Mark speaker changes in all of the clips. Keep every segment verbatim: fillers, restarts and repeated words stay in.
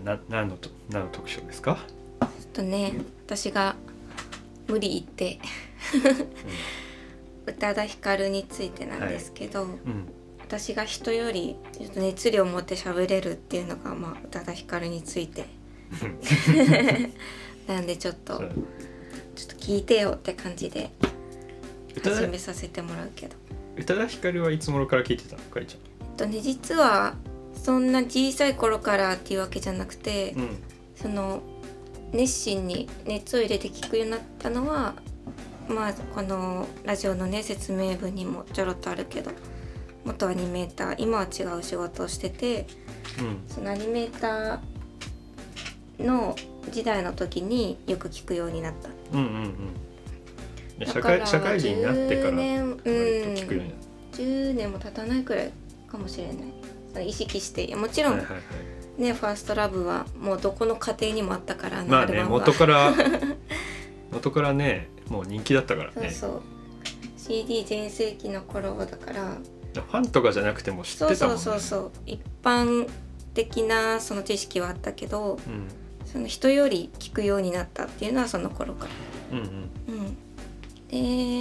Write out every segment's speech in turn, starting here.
Speaker 1: な何のと何の特徴ですか？
Speaker 2: ちょっとね、私が無理言って宇多田ヒカルについてなんですけど、はい、うん、私が人よりちょっと熱量を持って喋れるっていうのが、まあ、宇多田ヒカルについてなんでちょっとちょっと聞いてよって感じで始めさせてもらうけど。
Speaker 1: 宇多田ヒカルはいつ頃から聞いてたのかいちゃん？
Speaker 2: えっとね、実はそんな小さい頃からっていうわけじゃなくて、うん、その熱心に熱を入れて聞くようになったのは、まあこのラジオのね説明文にもちょろっとあるけど、元アニメーター、今は違う仕事をしてて、うん、そのアニメーターの時代の時によく聞くようになった。うんうんうん、
Speaker 1: 社会、社会人になってから割と聞くようになった。
Speaker 2: じゅうねんも経たないくらいかもしれない。その意識して、もちろん、はいはいはい、ね、ファーストラブはもうどこの家庭にもあったから、
Speaker 1: まあね、元から元からね、もう人気だったからね。
Speaker 2: そうそう、シーディー 全盛期の頃だから、
Speaker 1: ファンとかじゃなくても知ってたもんね。
Speaker 2: そうそうそうそう、一般的なその知識はあったけど、うん、その人より聞くようになったっていうのはその頃から。うんうんうん、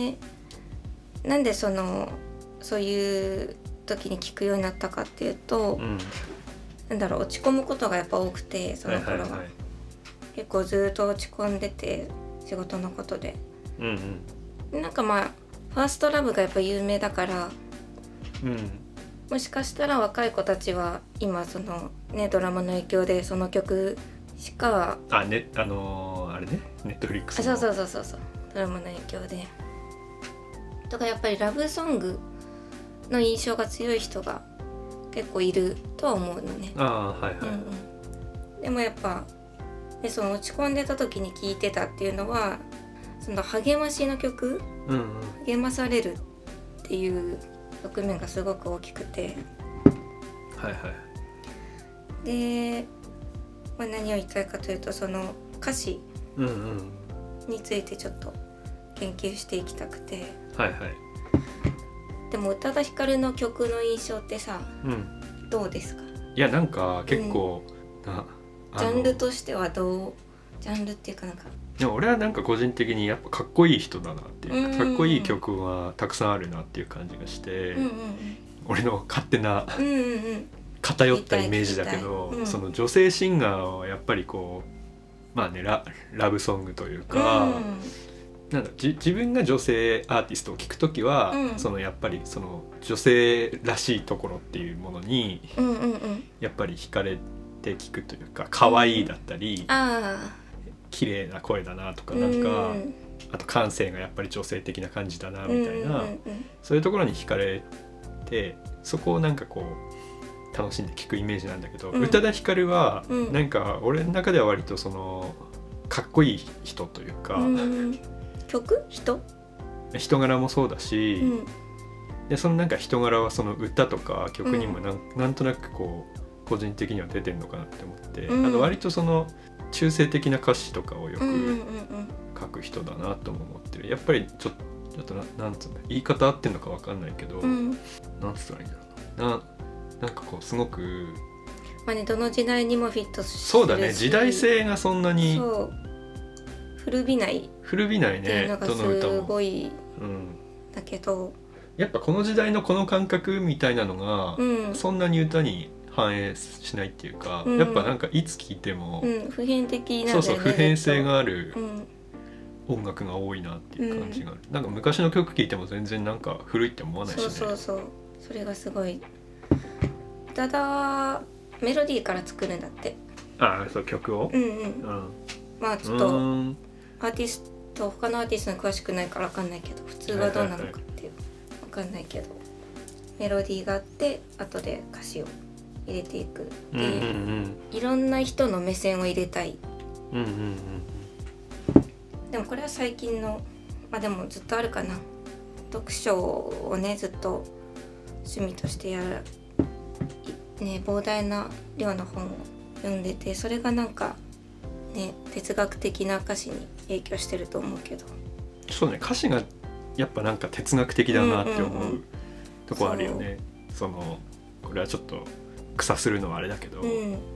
Speaker 2: で、なんでそのそういう時に聞くようになったかっていうと、うん、なんだろう、落ち込むことがやっぱ多くて、その頃は、はいはいはい、結構ずっと落ち込んでて、仕事のことで、うんうん、なんかまあファーストラブがやっぱ有名だから、うん、もしかしたら若い子たちは今そのねドラマの影響でその曲しか
Speaker 1: あねあのー、あれねネットフリックスの
Speaker 2: あそうそうそうそうドラマの影響でとかやっぱりラブソングの印象が強い人が結構いるとは思うのね。
Speaker 1: ああはいはい、うん
Speaker 2: うん、でもやっぱでその落ち込んでた時に聴いてたっていうのはその励ましの曲、うんうん、励まされるっていう側面がすごく大きくて、
Speaker 1: はいはい、
Speaker 2: で、まあ、何を言いたいかというとその歌詞についてちょっと研究していきたくて、
Speaker 1: はいはい、
Speaker 2: でも宇多田ヒカルの曲の印象ってさ、うん、どうですか？
Speaker 1: いやなんか結構、うん、な
Speaker 2: ジャンルとしてはどうジャンルっていうかなんか
Speaker 1: でも俺はなんか個人的にやっぱかっこいい人だなっていうか、かっこいい曲はたくさんあるなっていう感じがして、うんうんうん、俺の勝手な、うんうんうん、偏ったイメージだけど、うん、その女性シンガーはやっぱりこうまあね ラ, ラブソングというか、うん、なんだじ自分が女性アーティストを聴くときは、うん、そのやっぱりその女性らしいところっていうものに、うんうんうん、やっぱり惹かれて聴くというか可愛いだったり、うん、あ綺麗な声だなとかなんか、うん、あと感性がやっぱり女性的な感じだなみたいな、うんうんうん、そういうところに惹かれてそこをなんかこう楽しんで聴くイメージなんだけど、うん、宇多田ヒカルはなんか俺の中では割とそのかっこいい人というか、うん、
Speaker 2: 曲人
Speaker 1: 人柄もそうだし、うん、でそのなんか人柄はその歌とか曲にもなん、うん、なんとなくこう個人的には出てるのかなって思って、うん、あと割とその中性的な歌詞とかをよく書く人だなとも思ってる。やっぱりちょっと、ちょっと な, なんつうの言い方合ってんのか分かんないけど、うん、なんつったらいいんだろうな な, なんかこうすごく
Speaker 2: まあねどの時代にもフィットするし
Speaker 1: そうだね時代性がそんなに
Speaker 2: そう古びない
Speaker 1: 古びないね
Speaker 2: っていうのがすごいだけど、
Speaker 1: やっぱこの時代のこの感覚みたいなのが、うん、そんなに歌に反映しないっていうか、うん、やっぱなんかいつ聴いても、うん、
Speaker 2: 普遍的なんだよね。
Speaker 1: そうそう普遍性がある音楽が多いなっていう感じがある、うん、なんか昔の曲聴いても全然なんか古いって思わないしね。
Speaker 2: そうそうそうそれがすごいただメロディーから作るんだって。
Speaker 1: ああそう曲をうんうん、うん、
Speaker 2: まあちょっとアーティスト他のアーティストに詳しくないから分かんないけど普通はどうなのかっていう分かんないけどメロディーがあって後で歌詞を入れていくで、うんうんうん、いろんな人の目線を入れたい、うんうんうん、でもこれは最近のまあでもずっとあるかな。読書をねずっと趣味としてやる、ね、膨大な量の本を読んでてそれがなんかね哲学的な歌詞に影響してると思うけど
Speaker 1: そうね歌詞がやっぱなんか哲学的だなって思う、うんうんうん、とこあるよね。そのこれはちょっと草するのはあれだけど、うん、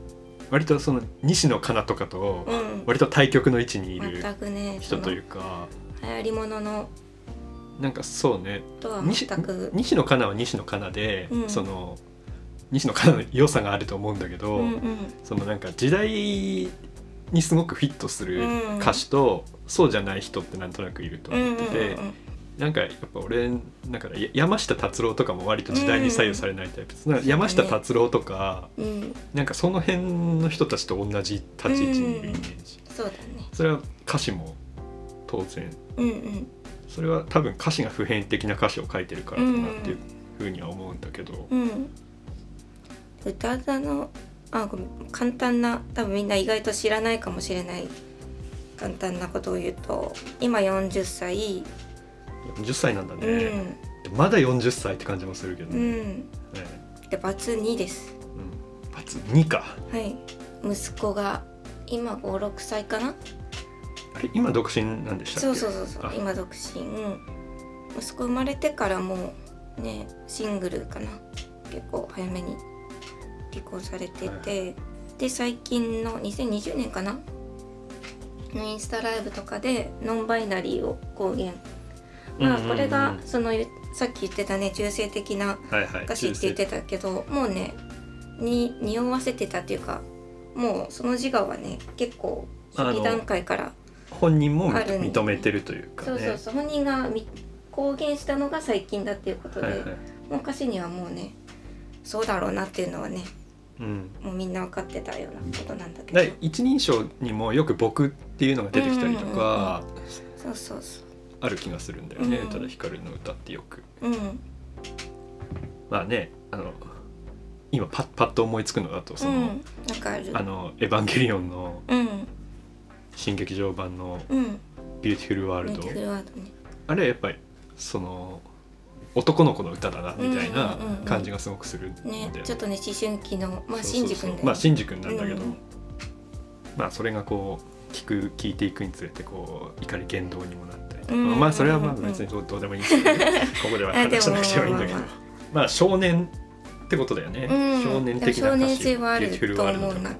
Speaker 1: 割とその西野カナとかと割と対極の位置にいる人というか、
Speaker 2: うん、流行り物の
Speaker 1: なんかそうね
Speaker 2: とは全く
Speaker 1: 西野カナは西野カナで、うん、その西野カナの良さがあると思うんだけど、うんうん、そのなんか時代にすごくフィットする歌手と、うん、そうじゃない人ってなんとなくいると思ってて、うんうんうんうん、なんかやっぱ俺なんか山下達郎とかも割と時代に左右されないタイプです、うん、山下達郎とか、うん、なんかその辺の人たちと同じ立ち位置にいるイメージ、
Speaker 2: うん、そうだね。
Speaker 1: それは歌詞も当然、うんうん、それは多分歌詞が普遍的な歌詞を書いてるからかなっていうふうには思うんだけど、うんうん、
Speaker 2: 宇多田のあ簡単な多分みんな意外と知らないかもしれない簡単なことを言うと今よんじゅっさい
Speaker 1: よんじゅっさいなんだね、うん、まだよんじゅっさいって感じもするけどね、うんね
Speaker 2: でバツにです、
Speaker 1: うん、バツにか。
Speaker 2: はい息子が今ご、ろくさいかな。
Speaker 1: あれ今独身なんでしたっけ。
Speaker 2: そうそうそうそう今独身、息子生まれてからもうねシングルかな結構早めに離婚されてて、はい、で最近のにせんにじゅうねんかなのインスタライブとかでノンバイナリーを公言、まあこれがそのさっき言ってたね中性的な歌詞って言ってたけど、はいはい、もうねに匂わせてたっていうかもうその自我はね結構初期段階から
Speaker 1: 本人も認めてるというかね。
Speaker 2: そうそうそう本人が公言したのが最近だっていうことで、はいはい、もう歌詞にはもうねそうだろうなっていうのはね、うん、もうみんな分かってたようなことなんだけど、
Speaker 1: 一人称にもよく僕っていうのが出てきたりとか
Speaker 2: そうそうそう
Speaker 1: ある気がするんだよね、宇多田ヒカルの歌ってよく、うん、まあねあの今パッパッと思いつくのだとその、うん、なんかあるあのエヴァンゲリオンの新劇場版のビューティフルワールド、うんね、あれはやっぱりその男の子の歌だなみたいな感じがすごくするんで、うんうんうんね、
Speaker 2: ちょっとね思春期のまあシンジ君で、
Speaker 1: まあシンジ君なんだけど、うん、まあそれがこう聞く聞いていくにつれてこう怒り言動にもなったりとか、うんうんうんうん、まあそれはまあ別にどうでもいいんですけど、ね、ここでは話さなくてもいいんだけどまあ少年ってことだよね、うん、少年的な歌詞
Speaker 2: 少年性はあると思うな、うん、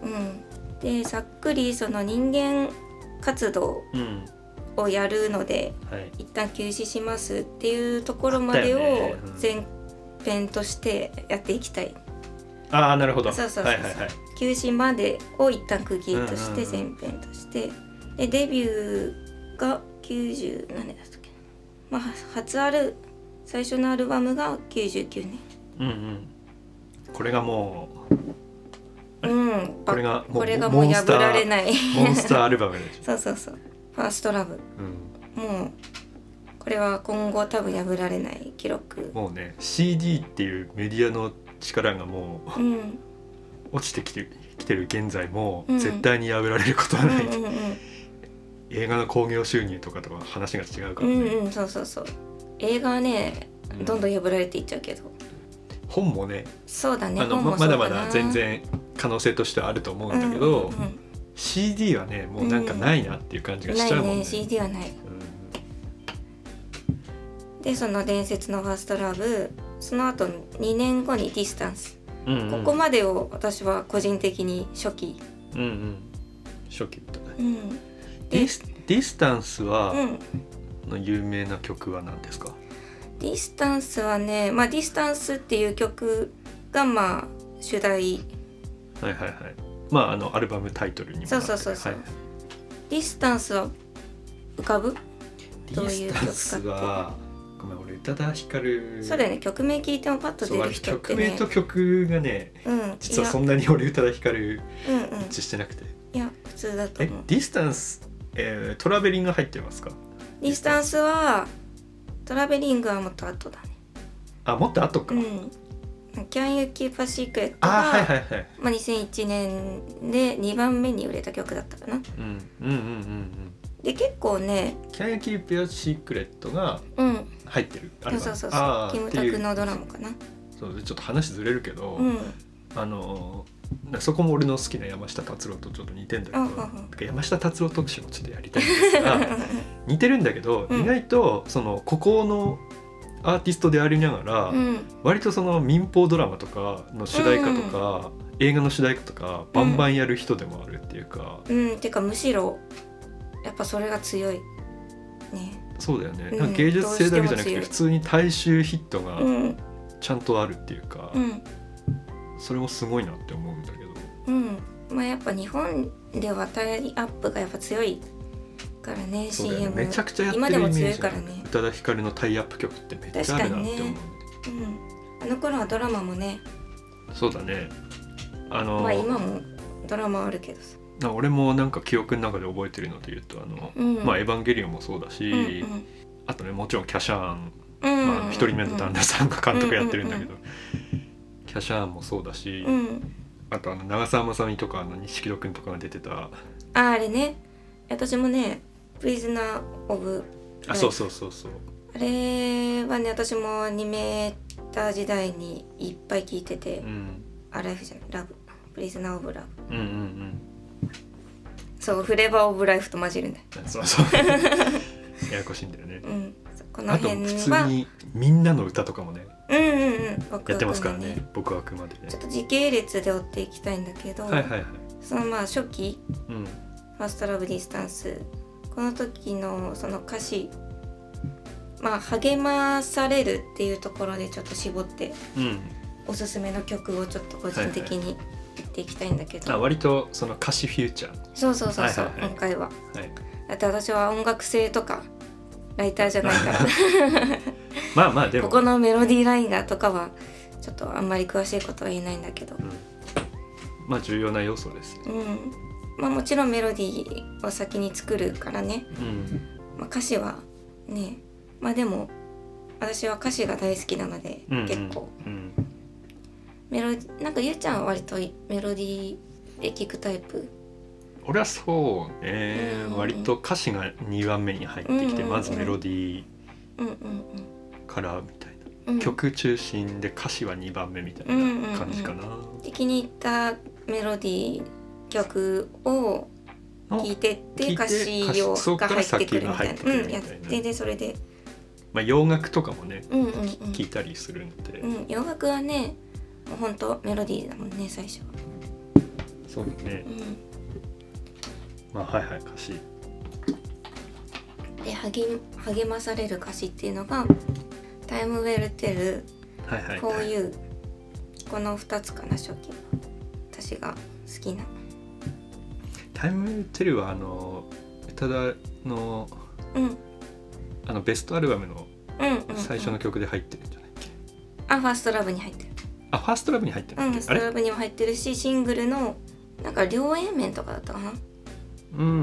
Speaker 2: でざっくりその人間活動をやるので、うんはい、一旦休止しますっていうところまでを前編としてやっていきたい。
Speaker 1: ああなるほど。
Speaker 2: そうそうそうそう、はいはいはい、休止までを一旦区切りとして前編として、うんうんうん、でデビューがきゅうじゅう何年だったっけ、まあ、初アル最初のアルバムがきゅうじゅうきゅうねん、
Speaker 1: うんうん、これがも
Speaker 2: う、うん、
Speaker 1: これがもう
Speaker 2: これがもう破られない
Speaker 1: モンスターアルバムでしょ
Speaker 2: そうそうそうファーストラブ、うん、もうこれは今後多分破られない記録。
Speaker 1: もうね シーディー っていうメディアの力がもう、うん、落ちてきて、きてる現在も絶対に破られることはない、うんうんうんうん、映画の興行収入とかとは話が違うからね、
Speaker 2: うんうん、そうそうそう映画はねどんどん破られていっちゃうけど、
Speaker 1: 本もね
Speaker 2: そうだね
Speaker 1: あの
Speaker 2: 本も
Speaker 1: まだまだ全然可能性としてはあると思うんだけど、うんうんうん、シーディー はねもうなんかないなっていう感じがしちゃうもんね、
Speaker 2: ないね シーディー はない、うん、でその伝説のファーストラブその後にねんごにディスタンス、うんうん、ここまでを私は個人的に初期、
Speaker 1: うんうん、初期だね、うん、ディス、ディスタンスは、うん、の有名な曲は何ですか？
Speaker 2: ディスタンスはね、まあ、ディスタンスっていう曲がまあ主題、はい
Speaker 1: はいはい、まああのアルバムタイトルにもなってる。
Speaker 2: そうそうそうそう、はい、ディスタンスは浮かぶ？どういう曲かって。ディスタンスは
Speaker 1: ごめん俺宇多田ヒカル
Speaker 2: そうだよね曲名聞いてもパッと出る人ってね
Speaker 1: 曲名と曲がね、うん、実はそんなに俺宇多田ヒカル一致してなくて、うん
Speaker 2: うん、いや普通だと思う。
Speaker 1: えディスタンス、えー、トラベリング入ってますか？
Speaker 2: ディスタンスはトラベリングはもっと後だね。
Speaker 1: あもっと後か、うん、
Speaker 2: Can You Keep a Secret が、はいはいはいまあ、にせんいちねんでにばんめに売れた曲だったかな、うん、うんうんうんうんで結構ね
Speaker 1: Can You Keep Your Secret が入ってる、
Speaker 2: うん、そうそうそうキムタクのドラマかな。
Speaker 1: そうでちょっと話ずれるけど、うん、あのそこも俺の好きな山下達郎とちょっと似てんだけど、うんうん、山下達郎特集もちょっとやりたいんですが似てるんだけど、うん、意外とその孤高のアーティストでありながら、うん、割とその民放ドラマとかの主題歌とか、うん、映画の主題歌とかバンバンやる人でもあるっていうか、
Speaker 2: うん、うん、てかむしろやっぱそれが強いね。
Speaker 1: そうだよね、うん、なんか芸術性だけじゃなくて普通に大衆ヒットがちゃんとあるっていうか、うん、それもすごいなって思うんだけど、
Speaker 2: うん、まあやっぱ日本ではタイアップがやっぱ強いからね。 シーエム
Speaker 1: めちゃくちゃやってるイメージ。今でも強いからね。宇多田ヒカルのタイアップ曲ってめっちゃあるなって思う、ね、
Speaker 2: うん、あの頃はドラマもね。
Speaker 1: そうだね、あの
Speaker 2: まあ今もドラマあるけどさ、
Speaker 1: 俺もなんか記憶の中で覚えてるので言うとあの、うん、まあエヴァンゲリオンもそうだし、うんうん、あとねもちろんキャシャーン、うんうんまあ、一人目の旦那さんが監督やってるんだけど、うんうんうん、キャシャーンもそうだし、うん、あとあの長澤まさみとかあの錦戸くんとかが出てた
Speaker 2: あ, あれね、私もねプリズナーオブ
Speaker 1: あそうそうそうそう
Speaker 2: あれはね私もアニメーター時代にいっぱい聞いてて、うん、あライフじゃないラブプリズナーオブラブ、うんうんうん、そうフレーバーオブライフと混じるんだよ。
Speaker 1: そうそうややこしいんだよね、うん、この辺はあと普通にみんなの歌とかもね、うんうんうん、やってますからね。僕はあくまでね
Speaker 2: ちょっと時系列で追っていきたいんだけど、はいはいはい、そのまあ初期、うん、ファーストラブディスタンスこの時のその歌詞まあ励まされるっていうところでちょっと絞って、うん、おすすめの曲をちょっと個人的に言っていきたいんだけど、はい
Speaker 1: はい、あ割とその歌詞フューチャー
Speaker 2: そうそうそうそう、はいはいはい、今回は、はい、だって私は音楽性とかライターじゃないから
Speaker 1: まあまあでも
Speaker 2: ここのメロディーラインがとかはちょっとあんまり詳しいことは言えないんだけど、うん、
Speaker 1: まあ重要な要素です、
Speaker 2: うんまあ、もちろんメロディーを先に作るからね、うんまあ、歌詞はねまあでも私は歌詞が大好きなので、うんうん、結構、うん、メロなんかゆうちゃんは割とメロディーで聴くタイプ？
Speaker 1: 俺はそうね、うんうん、割と歌詞がにばんめに入ってきて、うんうんうん、まずメロディーからみたいな、うん、曲中心で歌詞はにばんめみたいな感じかな、うん
Speaker 2: うんうん、気に入ったメロディー曲を聴いてって歌詞をが入ってくるみたいな、うん、や全然それで、
Speaker 1: まあ、洋楽とかもね、うんうんうん、聴いたりするので、
Speaker 2: うん、洋楽はねもうほんとメロディーだもんね最初は。
Speaker 1: そうだね、うんまあはいはい歌詞
Speaker 2: で 励, 励まされる歌詞っていうのがタイムウェルテル、はいはいはい、こういうこのふたつかな初期私が好きな。
Speaker 1: タイムウェルテルはあの宇多田の、うん、あのベストアルバムの最初の曲で入ってるんじゃないっけ、
Speaker 2: うんうんうん、あファーストラブに入ってる。
Speaker 1: あファーストラブに入ってるんだっけ、うん、
Speaker 2: ファーストラブにも入ってるしシングルのなんか両 A 面とかだったかな。
Speaker 1: うんうんうん、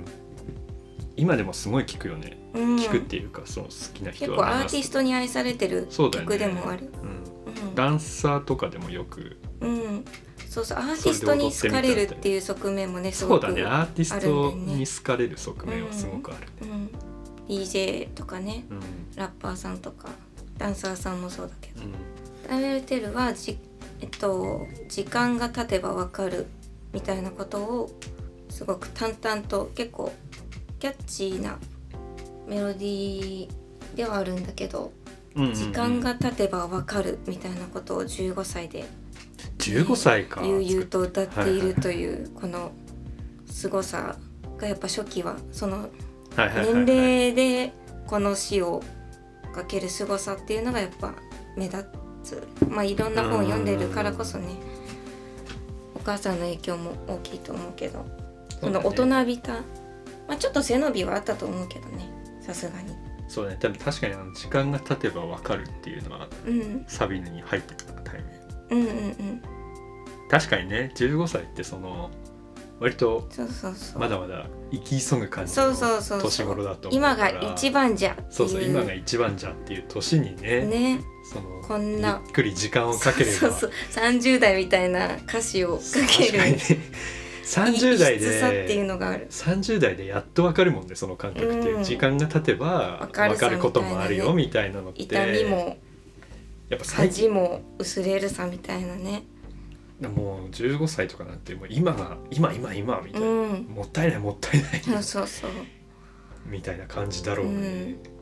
Speaker 1: 今でもすごい聴くよね、うん、聴くっていうかその好きな人は
Speaker 2: 結構アーティストに愛されてる曲でもある、ね
Speaker 1: うんうん、ダンサーとかでもよく、
Speaker 2: うん、そうそうアーティストに好かれるっていう側面もねすごくあるんだよね。
Speaker 1: そうだねアーティストに好かれる側面はすごくある、
Speaker 2: うんうん、ディージェー とかね、うん、ラッパーさんとかダンサーさんもそうだけど、うん、タイムウェルテルはじ、えっと、時間が経てばわかるみたいなことをすごく淡々と結構キャッチーなメロディーではあるんだけど、うんうんうん、時間が経てば分かるみたいなことをじゅうごさいで
Speaker 1: じゅうごさいか
Speaker 2: 悠々と歌っているというこの凄さがやっぱ初期はその年齢でこの詩をかける凄さっていうのがやっぱ目立つ。まあいろんな本を読んでるからこそねお母さんの影響も大きいと思うけどその大人びた、まあ、ちょっと背伸びはあったと思うけどねさすがに。
Speaker 1: そうね多分確かにあの時間が経てば分かるっていうのは、うん、サビに入ってくるタイミング、うんうんうん、確かにねじゅうごさいってその割とまだまだ生き急ぐ感じの年頃だと思うから、
Speaker 2: 今が一番じゃっていう
Speaker 1: そうそう今が一番じゃっていう年にね、ねそのこんなゆっくり時間をかければ
Speaker 2: そうそうさんじゅう代みたいな歌詞をかける
Speaker 1: さんじゅう代で
Speaker 2: さっていうのがある。
Speaker 1: さんじゅう代でやっと分かるもんねその感覚って、うん、時間が経てば分かることもあるよみたいなのって
Speaker 2: 痛みもやっぱ恥も薄れるさみたいなね。
Speaker 1: もうじゅうごさいとかなんてもう今が今今今みたいな、うん、もったいないもったいない
Speaker 2: そうそうそう
Speaker 1: みたいな感じだろうね、
Speaker 2: うん、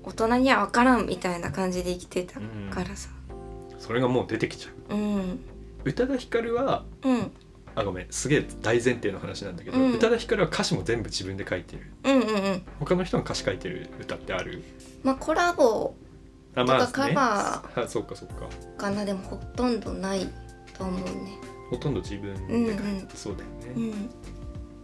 Speaker 2: 大人には分からんみたいな感じで生きてたからさ、
Speaker 1: うん、それがもう出てきちゃう、うん、宇多田ヒカルは、うん、あごめんすげえ大前提の話なんだけど、うん、宇多田ヒカルは歌詞も全部自分で書いてる、うんうんうん、他の人の歌詞書いてる歌ってある？
Speaker 2: まあコラボとかカバ
Speaker 1: ー、あ、そうかそうか
Speaker 2: かな。でもほとんどないと思うね。
Speaker 1: ほとんど自分で書いて、うんうん、そうだよね、うん、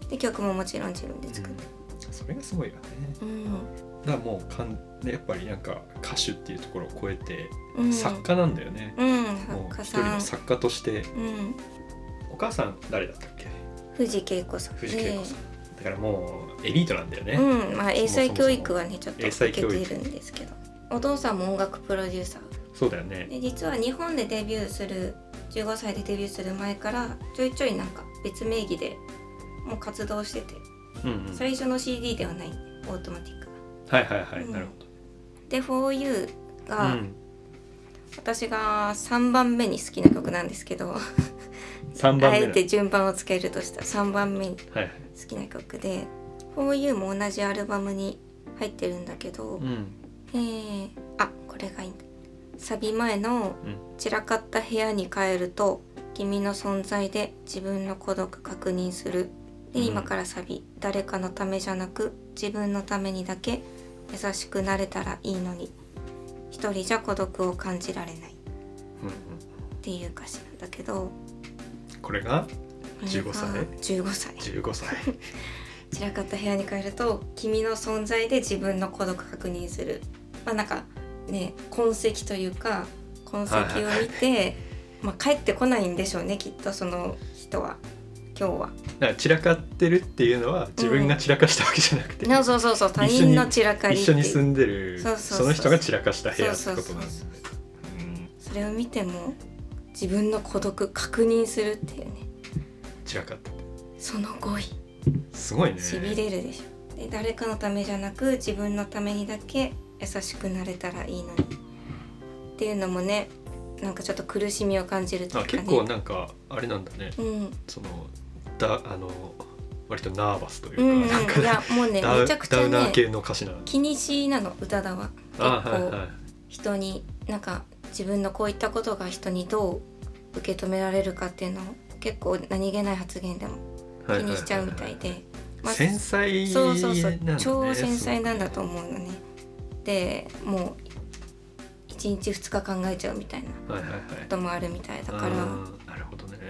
Speaker 2: で曲ももちろん自分で作る、
Speaker 1: うん、それがすごいよね、うん、だからもうかんやっぱりなんか歌手っていうところを超えて作家なんだよね、うん、もう一人の作家として、うん、お母さん誰だったっけ？
Speaker 2: 藤恵子さん。
Speaker 1: 藤恵子さん、だからもうエリートなんだよね、
Speaker 2: うん、まあ英才教育はねちょっと受けているんですけど、お父さんも音楽プロデューサー。
Speaker 1: そうだよね。
Speaker 2: で実は日本でデビューするじゅうごさいでデビューする前からちょいちょいなんか別名義でもう活動してて、うんうん、最初の シーディー ではないオートマティック
Speaker 1: が。はいはいはい、うん、なるほど。
Speaker 2: で フォーユー が、うん、私がさんばんめに好きな曲なんですけどさんばんめあえて順番をつけるとしたらさんばんめに好きな曲で、はいはい、フォーユー も同じアルバムに入ってるんだけど、うん、えー、あこれがいいんだ。サビ前の散らかった部屋に帰ると君の存在で自分の孤独確認する。で、今からサビ、誰かのためじゃなく自分のためにだけ優しくなれたらいいのに一人じゃ孤独を感じられない、うんうん、っていう歌詞なんだけど、
Speaker 1: これがじゅうごさい
Speaker 2: じゅうごさい
Speaker 1: じゅうごさい
Speaker 2: 散らかった部屋に帰ると君の存在で自分の孤独確認する。まあなんかね、痕跡というか痕跡を見て、はいはい、まあ、帰ってこないんでしょうねきっとその人は今日は。
Speaker 1: だから散らかってるっていうのは自分が散らかしたわけじゃなくて、
Speaker 2: うん、そうそうそう他人の散らかり
Speaker 1: 一緒に住んでるその人が散らかした部屋ってことなんですね。
Speaker 2: それを見ても自分の孤独確認するっていうね。
Speaker 1: 散らかってて
Speaker 2: その語彙
Speaker 1: すごいね。
Speaker 2: しびれるでしょ。で誰かのためじゃなく自分のためにだけ優しくなれたらいいのにっていうのもね、なんかちょっと苦しみを感じるというかね。
Speaker 1: あ結構なんかあれなんだね、うん、そのだあの割とナーバスというか、うんうん、
Speaker 2: なんかいやもうねめちゃくちゃね
Speaker 1: ダウナー系の歌詞なの。
Speaker 2: 気にしなの宇多田は結構、はいはい、人になんか自分のこういったことが人にどう受け止められるかっていうのを結構何気ない発言でも気にしちゃうみたいで、
Speaker 1: まあ、繊細、
Speaker 2: そうそうそう、ね、超繊細なんだと思うのね。でもういちにちふつか考えちゃうみたいなこともあるみたいだから、はいはいはい、
Speaker 1: なるほどね、
Speaker 2: うん、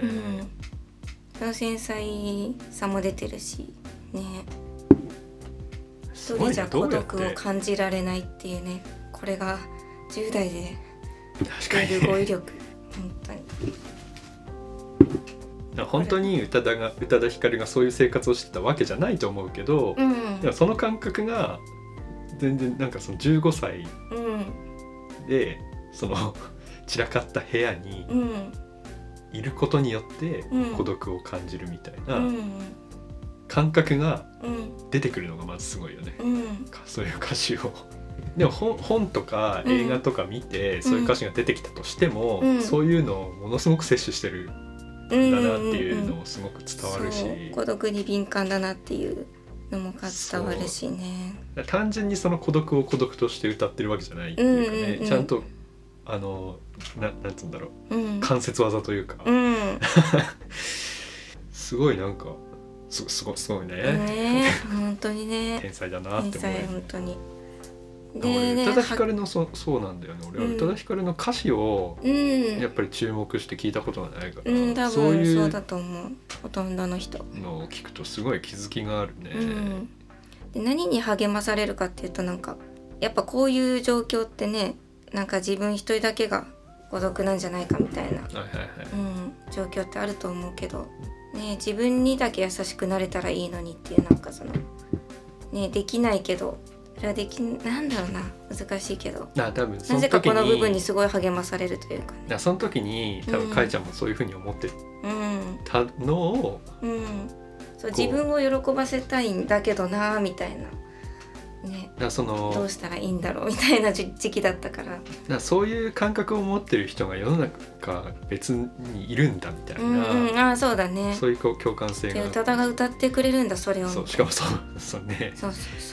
Speaker 2: その繊細さも出てるしね。一人じゃ孤独を感じられないっていうね、これがじゅう代で出る語彙力本当に
Speaker 1: 本当に宇多田が宇多田ヒカルがそういう生活をしてたわけじゃないと思うけど、うん、でもその感覚が全然なんかそのじゅうごさいで、うん、その散らかった部屋にいることによって孤独を感じるみたいな感覚が出てくるのがまずすごいよね、うん、そういう歌詞を。でも 本, 本とか映画とか見てそういう歌詞が出てきたとしても、うん、そういうのをものすごく摂取してるんだなっていうのもすごく伝わるし、うんうんうん、
Speaker 2: 孤独に敏感だなっていうのも伝わるしね。
Speaker 1: 単純にその孤独を孤独として歌ってるわけじゃないっていうかね、うんうんうん、ちゃんとあの な, なんつうんだろう、うん、関節技というか、うん、すごいなんか す, す, ごすごいね
Speaker 2: ね本当にね
Speaker 1: 天才だなって思う。
Speaker 2: 天才本当に。
Speaker 1: で宇多田ヒカルの そ, そうなんだよね。俺は宇多田ヒカルの歌詞をやっぱり注目して聞いたことがないから、うん、
Speaker 2: 多分そういうそうだと思う。ほとんどの人
Speaker 1: のを聞くとすごい気づきがあるね、うん、
Speaker 2: で何に励まされるかっていうと、なんかやっぱこういう状況ってね、なんか自分一人だけが孤独なんじゃないかみたいな、はいはいはい、うん、状況ってあると思うけど、ね、自分にだけ優しくなれたらいいのにっていう、なんかその、ね、できないけどそれはできなんだろうな、難しいけど
Speaker 1: な、多分その時に
Speaker 2: なぜかこの部分にすごい励まされるというか、
Speaker 1: ね、その時に多分かいちゃんもそういうふうに思ってたのを、
Speaker 2: うんうん、そう自分を喜ばせたいんだけどなみたいな、ね、
Speaker 1: だその
Speaker 2: どうしたらいいんだろうみたいな時期だったから、
Speaker 1: だそういう感覚を持ってる人が世の中別にいるんだみたいな、
Speaker 2: うんうん、あそうだね、
Speaker 1: そういう共感性が、
Speaker 2: 宇多田が歌ってくれるんだそれを、
Speaker 1: そうしかもそうそうね、
Speaker 2: そうそうそう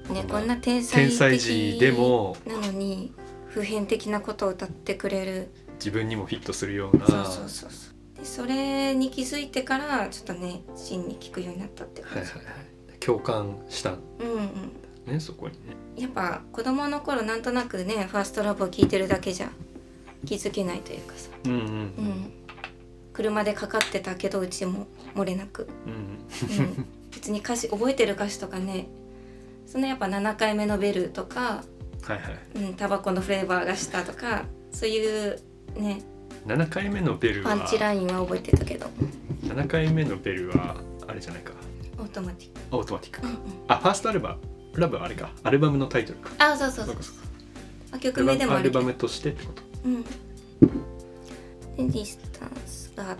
Speaker 2: ね、こんな天才的
Speaker 1: 天才児でも
Speaker 2: なのに普遍的なことを歌ってくれる、
Speaker 1: 自分にもフィットするような、
Speaker 2: そうそうそうそうでそれに気づいてからちょっとね真に聞くようになったって感じ、
Speaker 1: はいはいはい、共感したん
Speaker 2: うんうん
Speaker 1: ね、そこにね。
Speaker 2: やっぱ子供の頃なんとなくねファーストラブを聴いてるだけじゃ気づけないというかさ、
Speaker 1: うんうんうん
Speaker 2: うん、車でかかってたけどうちも漏れなく、
Speaker 1: うん
Speaker 2: うん、別に歌詞覚えてる歌詞とかね、そのやっぱななかいめのベルとか、
Speaker 1: はいはい、
Speaker 2: うん、タバコのフレーバーがしたとかそういうね
Speaker 1: ななかいめのベルは
Speaker 2: パンチラインは覚えてたけど、
Speaker 1: ななかいめのベルはあれじゃないか、
Speaker 2: オートマティック、
Speaker 1: オートマティックか、
Speaker 2: うんうん、
Speaker 1: あファーストアルバムラブはあれか、アルバムのタイトルか、
Speaker 2: あそうそうそうそう、あ曲名でもあるけど
Speaker 1: アルバムとしてってこと、
Speaker 2: うん、でディスタンスがあって、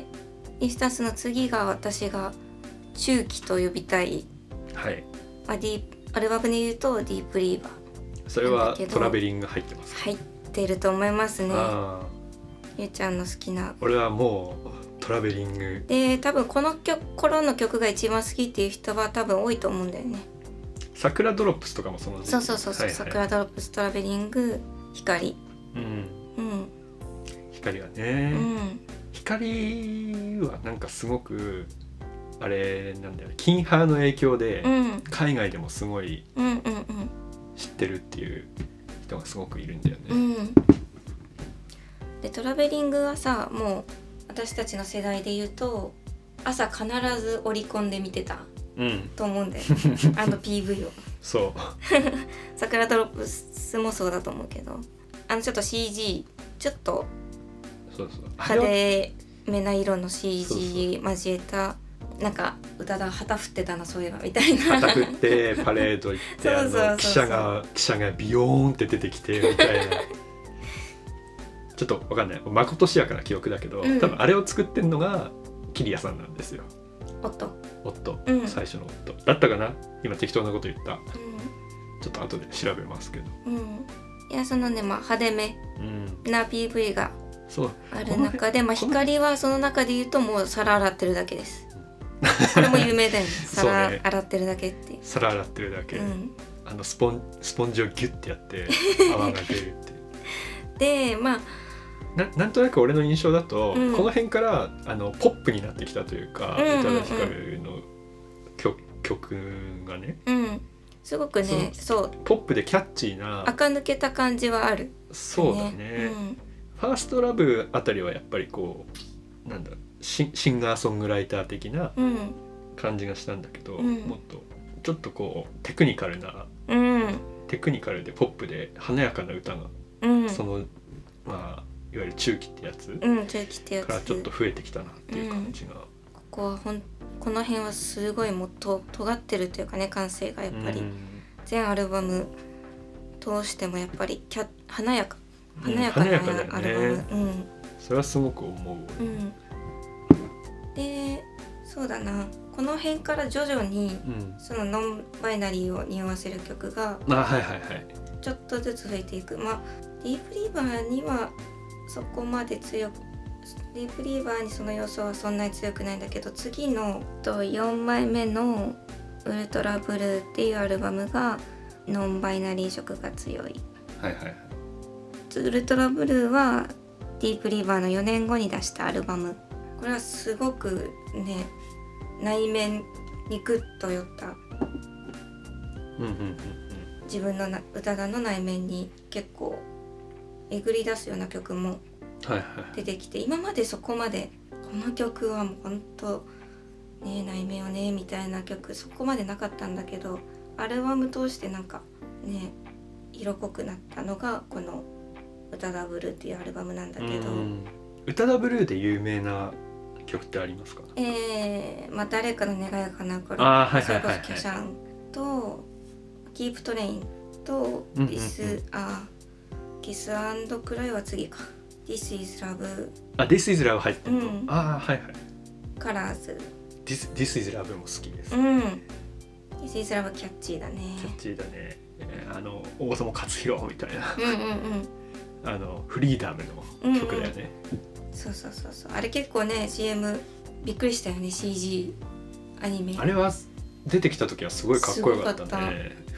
Speaker 2: ディスタンスの次が私が中期と呼びたい、
Speaker 1: はい、
Speaker 2: まあ、ディアルバムで言うとディープリーバー、
Speaker 1: それはトラベリング入ってます、
Speaker 2: 入ってると思いますね。
Speaker 1: あ
Speaker 2: ゆうちゃんの好きな、
Speaker 1: 俺はもうトラベリング
Speaker 2: で多分この曲頃の曲が一番好きっていう人は多分多いと思うんだよね。
Speaker 1: 桜ドロップスとかもその時期、
Speaker 2: そうそうそうそう、
Speaker 1: はいはい、
Speaker 2: 桜ドロップス、トラベリング、光、
Speaker 1: うん
Speaker 2: うん、
Speaker 1: 光はね、
Speaker 2: うん、
Speaker 1: 光はなんかすごくあれなんだよね、キンハーの影響で、
Speaker 2: うん、
Speaker 1: 海外でもすごい
Speaker 2: うんうんうん
Speaker 1: 知ってるっていう人がすごくいるんだよね、
Speaker 2: うん、でトラベリングはさ、もう私たちの世代で言うと朝必ず織り込んで見てた
Speaker 1: うん
Speaker 2: と思うんだよあの ピーブイ を
Speaker 1: そう
Speaker 2: 桜ドロップスもそうだと思うけど、あのちょっと シージー ちょっと
Speaker 1: そうそう
Speaker 2: 派手めな色の シージー 交えた、なんか宇多田旗振ってたなそういえばみたいな、
Speaker 1: 旗振ってパレード行って
Speaker 2: そうそうそうそう、
Speaker 1: あの記者が記者がビヨーンって出てきてみたいなちょっとわかんない、まことしやかな記憶だけど、うん、多分あれを作ってんのがキリヤさんなんですよ。
Speaker 2: 夫
Speaker 1: 夫、
Speaker 2: うん、
Speaker 1: 最初の夫だったかな、今適当なこと言った、
Speaker 2: うん、
Speaker 1: ちょっと後で調べますけど、
Speaker 2: うん、いやそのね、まあ、派手めな ピーブイ がある中で、まあ、光はその中で言うともう皿洗ってるだけです。これも有名だよね皿洗ってるだけっていう、
Speaker 1: 皿洗ってるだけ、うん、あのスポン、スポンジをギュッてやって泡が出るってでまあな, なんとなく俺の印象だと、うん、この辺からあのポップになってきたというか、宇多田ヒカルの 曲, 曲がね、
Speaker 2: うん、すごくね、そう
Speaker 1: ポップでキャッチーな
Speaker 2: 垢抜けた感じはある、ね、
Speaker 1: そうだね、うん、ファーストラブあたりはやっぱりこうなんだシンガーソングライター的な感じがしたんだけど、うん、もっとちょっとこうテクニカルな、
Speaker 2: うん、
Speaker 1: テクニカルでポップで華やかな歌が、うん、そのまあいわゆる中期ってやつ、
Speaker 2: うん、中期ってやつ
Speaker 1: からちょっと増えてきたなっていう感じが、うん、こ
Speaker 2: こはほんこの辺はすごいもっと尖ってるというかね、感性がやっぱり、うん、全アルバム通してもやっぱりキャ華やか華やかなアルバム、うんね、うん、
Speaker 1: それはすごく思う、
Speaker 2: うん、でそうだな、この辺から徐々に、うん、そのノンバイナリーを匂わせる曲が
Speaker 1: あ、はいはいはい、
Speaker 2: ちょっとずつ増えていく。まあディープリーバーにはそこまで強く、ディープリーバーにその要素はそんなに強くないんだけど、次のよんまいめのウルトラブルーっていうアルバムがノンバイナリー色が強い。
Speaker 1: はいはいはい。
Speaker 2: ウルトラブルーはディープリーバーのよねんごに出したアルバム。これはすごくね、内面にグッと寄った、
Speaker 1: うんうんうんうん、
Speaker 2: 自分のな歌田の内面に結構えぐり出すような曲も出てきて、はいはい、今までそこまでこの曲はもう本当ね内面をねみたいな曲そこまでなかったんだけど、アルバム通してなんかね色濃くなったのがこの宇多田ブルーっていうアルバムなんだけど、
Speaker 1: 宇多田ブルーで有名な曲ってありますか？
Speaker 2: えー、まあ誰かの願いが叶う頃、
Speaker 1: あ、はいはいはいはい、
Speaker 2: それこそキャシャンとキープトレインとディス、あキスアンドクライは次か。This is Love。
Speaker 1: あ、This is Love 入ってるの、うん、あ、はいはい。
Speaker 2: カラーズ。
Speaker 1: This, This is Love も好きです。
Speaker 2: うん。This is Love キャッチーだね。
Speaker 1: キャッチーだね。えー、あの大友克洋みたいな。
Speaker 2: うんうんうん。
Speaker 1: あのフリーダムの曲だよね。
Speaker 2: うんうん、そうそうそうそう。あれ結構ね シーエム びっくりしたよね、 シージー アニメ。
Speaker 1: あれは出てきた時はすごいかっこよかったね。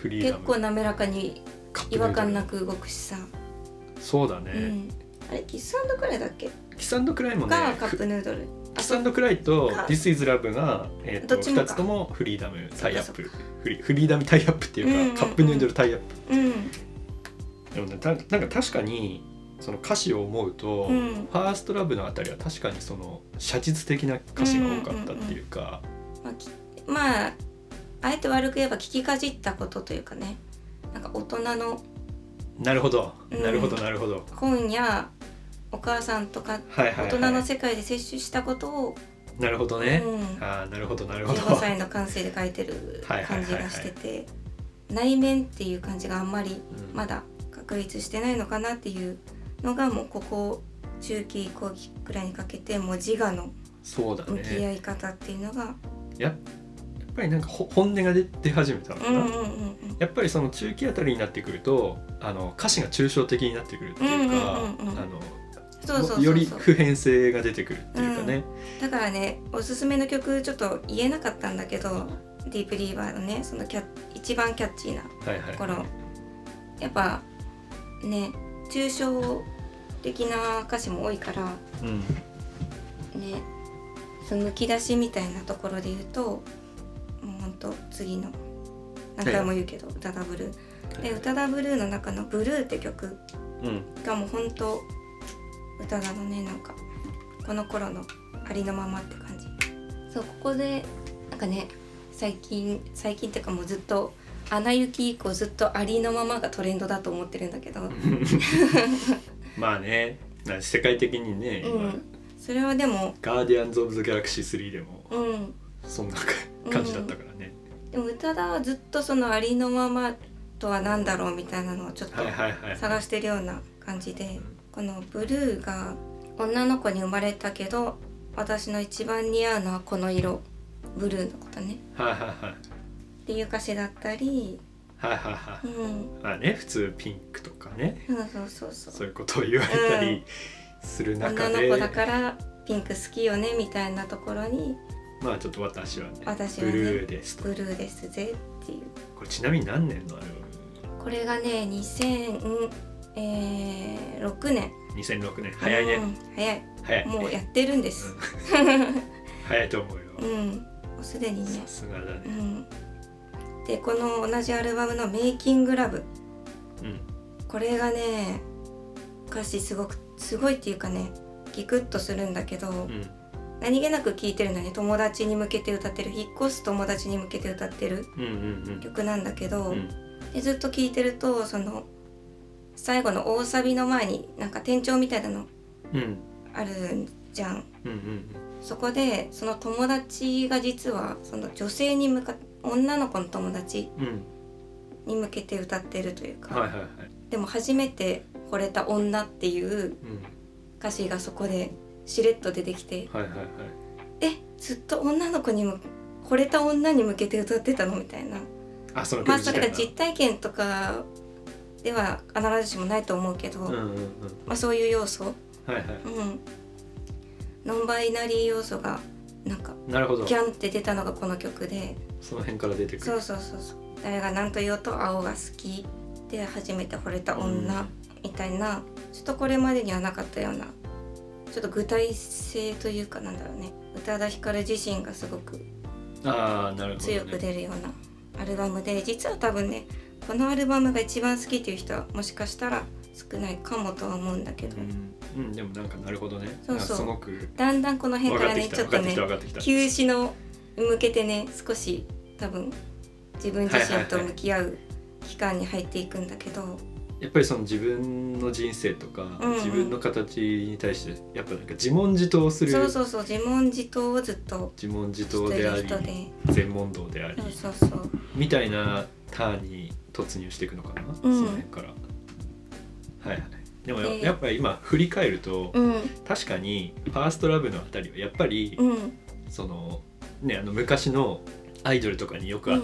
Speaker 1: フリーダム
Speaker 2: 結構滑らかに違和感なく動くしさ。
Speaker 1: そうだね、
Speaker 2: うん、あれキス&クライだっけ？
Speaker 1: キス&クライもね
Speaker 2: がカップヌードル、
Speaker 1: キス&クライと This is Love が、えー、とふたつともフリーダムタイアップ、フリ、フリーダムタイアップっていうか、うんうんうん、カップヌードルタイアップ、うん、でもね、たなんか確かにその歌詞を思うと、うん、ファーストラブのあたりは確かにその写実的な歌詞が多かったっていうか、
Speaker 2: うんうんうんうん、まあ、まあ、あえて悪く言えば聞きかじったことというかね、なんか大人の
Speaker 1: なるほど、うん、なるほどなるほど
Speaker 2: 本やお母さんとか大人の世界で摂取したことを、
Speaker 1: なるほどね、うん、あ、なるほどなるほど、
Speaker 2: じゅうごさいの感性で書いてる感じがしてて、はいはいはいはい、内面っていう感じがあんまりまだ確立してないのかなっていうのが、もうここ中期後期くらいにかけてもう自我の向き合い方っていうのが、
Speaker 1: ね、や, やっぱりなんか本音が出て始めたのかな、うんうんうんうん、やっぱりその中期あたりになってくるとあの歌詞が抽象的になってくるっていうか、うんうんうんうん、あのそうそうそうそう、より普遍性が出てくるっていうかね、
Speaker 2: うん、だからねおすすめの曲ちょっと言えなかったんだけど、ディープリーバーのねそのキャ一番キャッチーなところ、はいはい、やっぱね抽象的な歌詞も多いから、うん、ねそのむき出しみたいなところで言うともうほんと次の何回も言うけど、はい、宇多田ブルーで宇多田ブルーの中のブルーって曲がもうほんと宇多田のねなんかこの頃のありのままって感じ。そうここでなんかね最近最近っていうかもうずっとアナ雪以降ずっとありのままがトレンドだと思ってるんだけど
Speaker 1: まあね世界的にね、
Speaker 2: うん、それはでも
Speaker 1: ガーディアンズ・オブ・ザ・ギャラクシースリーでも、うん、そんな感じだったからね、
Speaker 2: うん、でも宇多田はずっとそのありのままとは何だろうみたいなのをちょっと探してるような感じで、はいはいはい、このブルーが女の子に生まれたけど私の一番似合うのはこの色ブルーのことね、はいはいはい、っていう歌詞だったり、
Speaker 1: はいはいはい、うん、まあね普通ピンクとかね、
Speaker 2: そうそうそうそう、
Speaker 1: そういうことを言われたりする中で、
Speaker 2: うん、女の子だからピンク好きよねみたいなところに、
Speaker 1: まあちょっと私はね、
Speaker 2: 私はね
Speaker 1: ブルーですと、
Speaker 2: ブルーですぜっていう。
Speaker 1: これちなみに何年のある？
Speaker 2: これがねにせんろくねん。
Speaker 1: にせんろくねん早いね、うん、
Speaker 2: 早い
Speaker 1: 早い
Speaker 2: もうやってるんです、うん、
Speaker 1: 早いと思うよ、
Speaker 2: うん、もうすでにね
Speaker 1: さすがだね、
Speaker 2: うん、でこの同じアルバムのメイキングラブ、うん、これがね歌詞すごくすごいっていうかねギクッとするんだけど、うん、何気なく聴いてるのに友達に向けて歌ってる、引っ越す友達に向けて歌ってる曲なんだけど、うんうんうん、でずっと聴いてるとその最後の大サビの前になんか転調みたいなのあるじゃん、うんうんうん、そこでその友達が実はその女性に向か女の子の友達に向けて歌ってるというか、うんはいはいはい、でも初めて惚れた女っていう歌詞がそこでしれっと出てきて、はいはいはい、えずっと女の子にも惚れた女に向けて歌ってたのみたいな、
Speaker 1: あその
Speaker 2: まあそれが実体験とかでは必ずしもないと思うけど、うんうんうんまあ、そういう要素、はいはいうん、ノンバイナリー要素がなんかギャンって出たのがこの曲で、
Speaker 1: その辺から出てくる。
Speaker 2: そうそうそうそう、誰が何と言おうと青が好きで初めて惚れた女みたいな、うん、ちょっとこれまでにはなかったようなちょっと具体性というかなんだろうね、宇多田ヒカル自身がすごく強く出るようなアルバムで、実は多分ねこのアルバムが一番好きっていう人はもしかしたら少ないかもとは思うんだけど、
Speaker 1: うん、うん、でもなんかなるほどね、そうそうすごく
Speaker 2: だんだんこの辺からねちょっとね休止の向けてね少し多分自分自身と向き合う期間に入っていくんだけど、はいはいはい、
Speaker 1: やっぱりその自分の人生とか、うんうん、自分の形に対してやっぱなんか自問自答する、
Speaker 2: そうそうそう自問自答をずっと
Speaker 1: 自問自答であり全問答であり、
Speaker 2: そうそうそう
Speaker 1: みたいなターンに突入していくのかな、うん、その辺から、はいはい。でもやっぱり今振り返ると、うん、確かにファーストラブのあたりはやっぱり、うん、そのねあの昔のアイドルとかによくあった、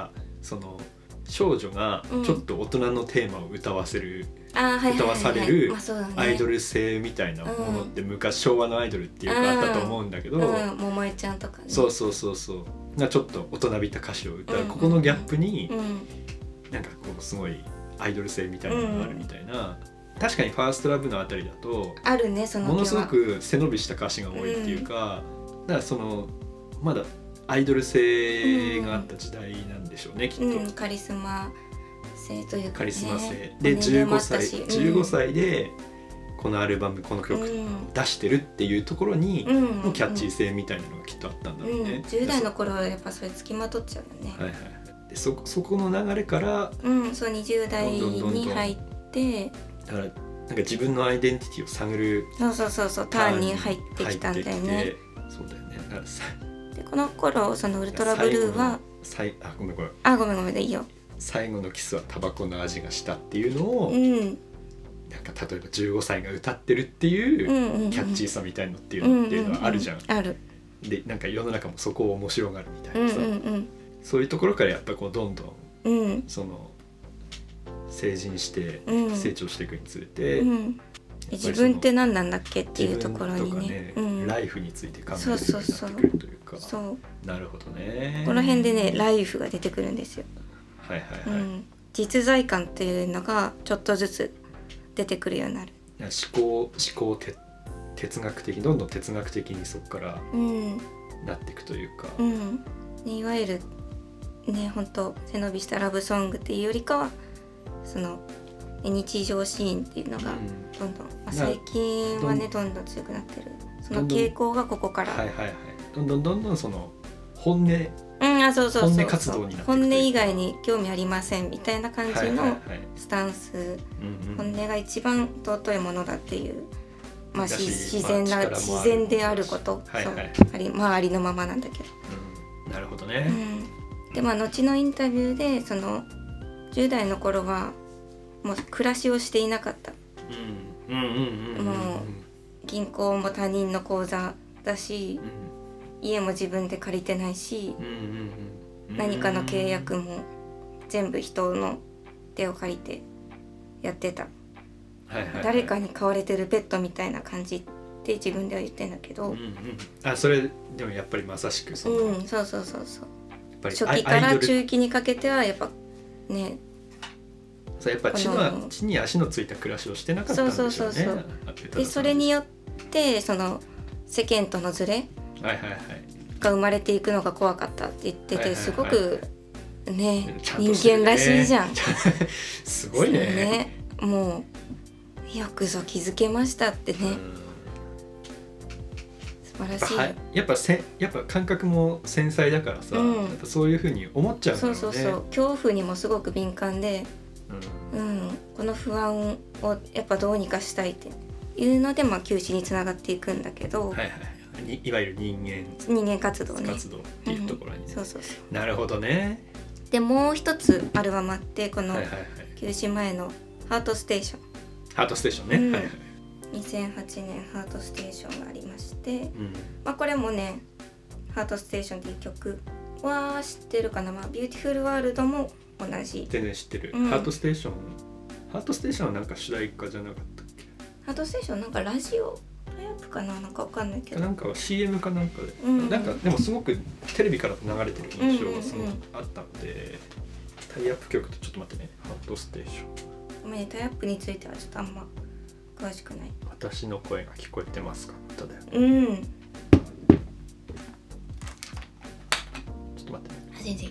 Speaker 1: うん、その少女がちょっと大人のテーマを歌わせる、うん、歌わされるアイドル性みたいなものって昔昭和のアイドルっていうかあったと思うんだけど、
Speaker 2: うん、桃江ちゃんとかね、
Speaker 1: そうそうそうそうがちょっと大人びた歌詞を歌う、うん、ここのギャップに、うん、 なんかこうすごいアイドル性みたいなのがあるみたいな、うん、確かにファーストラブのあたりだと
Speaker 2: あるね、その
Speaker 1: ものすごく背伸びした歌詞が多いっていうか、うん、だからそのまだアイドル性があった時代なんでしょうね、うん、きっと、
Speaker 2: うん、カリスマ性というか、ね、
Speaker 1: カリスマ性でじゅうごさい、うん、じゅうごさいでこのアルバムこの曲出してるっていうところにのキャッチー性みたいなのがきっとあったんだろうね、うん、
Speaker 2: じゅう代の頃はやっぱそれつきまとっちゃうよね、
Speaker 1: はいはい、で そ, そこの流れから、
Speaker 2: うん、そうにじゅう代に入って
Speaker 1: だからなんか自分のアイデンティティを探る
Speaker 2: そうそうそうそうターンに入ってきたんだよね。
Speaker 1: そうだよね。だからさ
Speaker 2: でこの頃そのウルトラブルーは
Speaker 1: あごめんごめん
Speaker 2: あごめんごめんでいいよ。
Speaker 1: 最後のキスはタバコの味がしたっていうのを、
Speaker 2: うん、
Speaker 1: なんか例えばじゅうごさいが歌ってるっていうキャッチーさみたいのっていうのっていうのはあるじゃん。
Speaker 2: うんうんうん、ある。
Speaker 1: でなんか世の中もそこを面白がるみたいなさ、
Speaker 2: うんうんうん、
Speaker 1: そういうところからやっぱこうどんどん、
Speaker 2: うん、
Speaker 1: その成人して成長していくにつれて、
Speaker 2: うん、自分って何なんだっけっていうところにね、
Speaker 1: ね、うん、ライフについて考えるようになってくるというか、
Speaker 2: そうそうそう
Speaker 1: なるほどね。
Speaker 2: この辺でねライフが出てくるんですよ。
Speaker 1: はいはいはい、うん、
Speaker 2: 実在感っていうのがちょっとずつ出てくるようになる。
Speaker 1: 思考思考て哲学的どんどん哲学的にそこからなっていくというか、
Speaker 2: うんうん、いわゆるね本当背伸びしたラブソングっていうよりかはその日常シーンっていうのがどんどん、うんまあ、最近はねどんどん強くなってる。その傾向がここから
Speaker 1: はいはいはいどんどんどんどんその本音
Speaker 2: うん、あそうそうそう
Speaker 1: 本音活動になっていく
Speaker 2: 本音以外に興味ありませんみたいな感じのスタンス、はいはいはいうんうん、本音が一番尊いものだっていう、まあ、自然な、まあ、自然であること、はいはい、そうありまあありのままなんだけど、
Speaker 1: うん、なるほどね、
Speaker 2: うん、でまあ後のインタビューでそのじゅう代の頃はもう暮らしをしていなかった、
Speaker 1: うんうんうんうんうん、
Speaker 2: もう銀行も他人の口座だし、うん家も自分で借りてないし、うんうんうん、何かの契約も全部人の手を借りてやってた、はいはいはい、誰かに飼われてるペットみたいな感じって自分では言ってんだけど、うんうん、
Speaker 1: あそれでもやっぱりまさしくその、
Speaker 2: うん、そうそうそうそうやっぱり初期から中期にかけてはやっぱね
Speaker 1: そうやっぱ地の地に足のついた暮らしをしてなかったんでしょうね。そうそうそう
Speaker 2: そうでそれによってその世間とのズレ
Speaker 1: はいはいはい、
Speaker 2: が生まれていくのが怖かったって言ってて、はいはいはい、すごくね人間らしいじゃん
Speaker 1: すごい ね,
Speaker 2: ねもうよくぞ気づけましたってね、素晴らしい、
Speaker 1: はい、やっぱせやっぱ感覚も繊細だからさ、うん、やっぱそういう風に思っちゃうんだろうね。
Speaker 2: そうそうそう恐怖にもすごく敏感で、うんうん、この不安をやっぱどうにかしたいっていうので、まあ、休止につながっていくんだけど、
Speaker 1: はいはいいわゆる人間
Speaker 2: 人間活動ね
Speaker 1: 活動っていうところに、ね
Speaker 2: うん、そうそうそう
Speaker 1: なるほどね。
Speaker 2: でもう一つアルバムあってこの休止前のハートステーション
Speaker 1: ハートステーションね、うんはいはい、
Speaker 2: にせんはちねんハートステーションがありまして、うんまあ、これもねハートステーションっていう曲は知ってるかな、まあ、ビューティフルワールドも同じ
Speaker 1: 全然知ってる、うん、ハートステーションハートステーションはなんか主題歌じゃなかったっけ。
Speaker 2: ハートステーションなんかラジオタイアップかななんかわかんないけど
Speaker 1: なんか シーエム かなんかで、うん、なんかでもすごくテレビから流れてる印象がすごくあったので、うんうんうん、タイアップ曲とちょっと待ってねハートステーション
Speaker 2: ごめんねタイアップについてはちょっとあんま詳しくない。
Speaker 1: 私の声が聞こえてますかだよね。
Speaker 2: うん
Speaker 1: ちょっと待ってね
Speaker 2: あ全然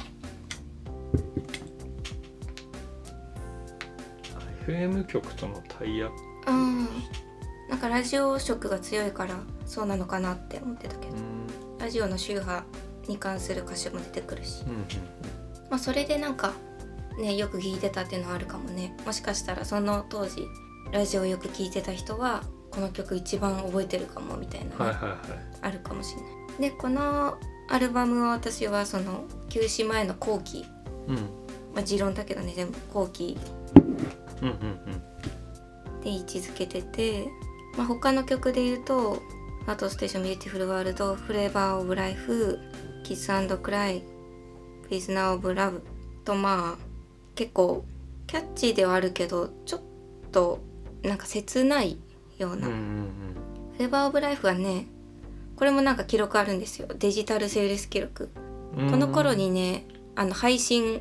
Speaker 1: エフエム 局とのタイアップ
Speaker 2: あなんかラジオ色が強いからそうなのかなって思ってたけど、うん、ラジオの周波に関する歌詞も出てくるし、うんうんうんまあ、それでなんかねよく聞いてたっていうのはあるかもね。もしかしたらその当時ラジオよく聞いてた人はこの曲一番覚えてるかもみたいな、ね
Speaker 1: はいはいはい、
Speaker 2: あるかもしれない。でこのアルバムは私はその休止前の後期、うんまあ、持論だけどね全部後期、うんうんうんで位置づけてて、まあ、他の曲で言うとハートステーション、ビューティフルワールド、フレーバーオブライフ、キス&クライ、プリズナーオブラブとまあ結構キャッチーではあるけどちょっとなんか切ないような、うんうんうん、フレーバーオブライフはねこれもなんか記録あるんですよ。デジタルセールス記録。この頃にねあの配信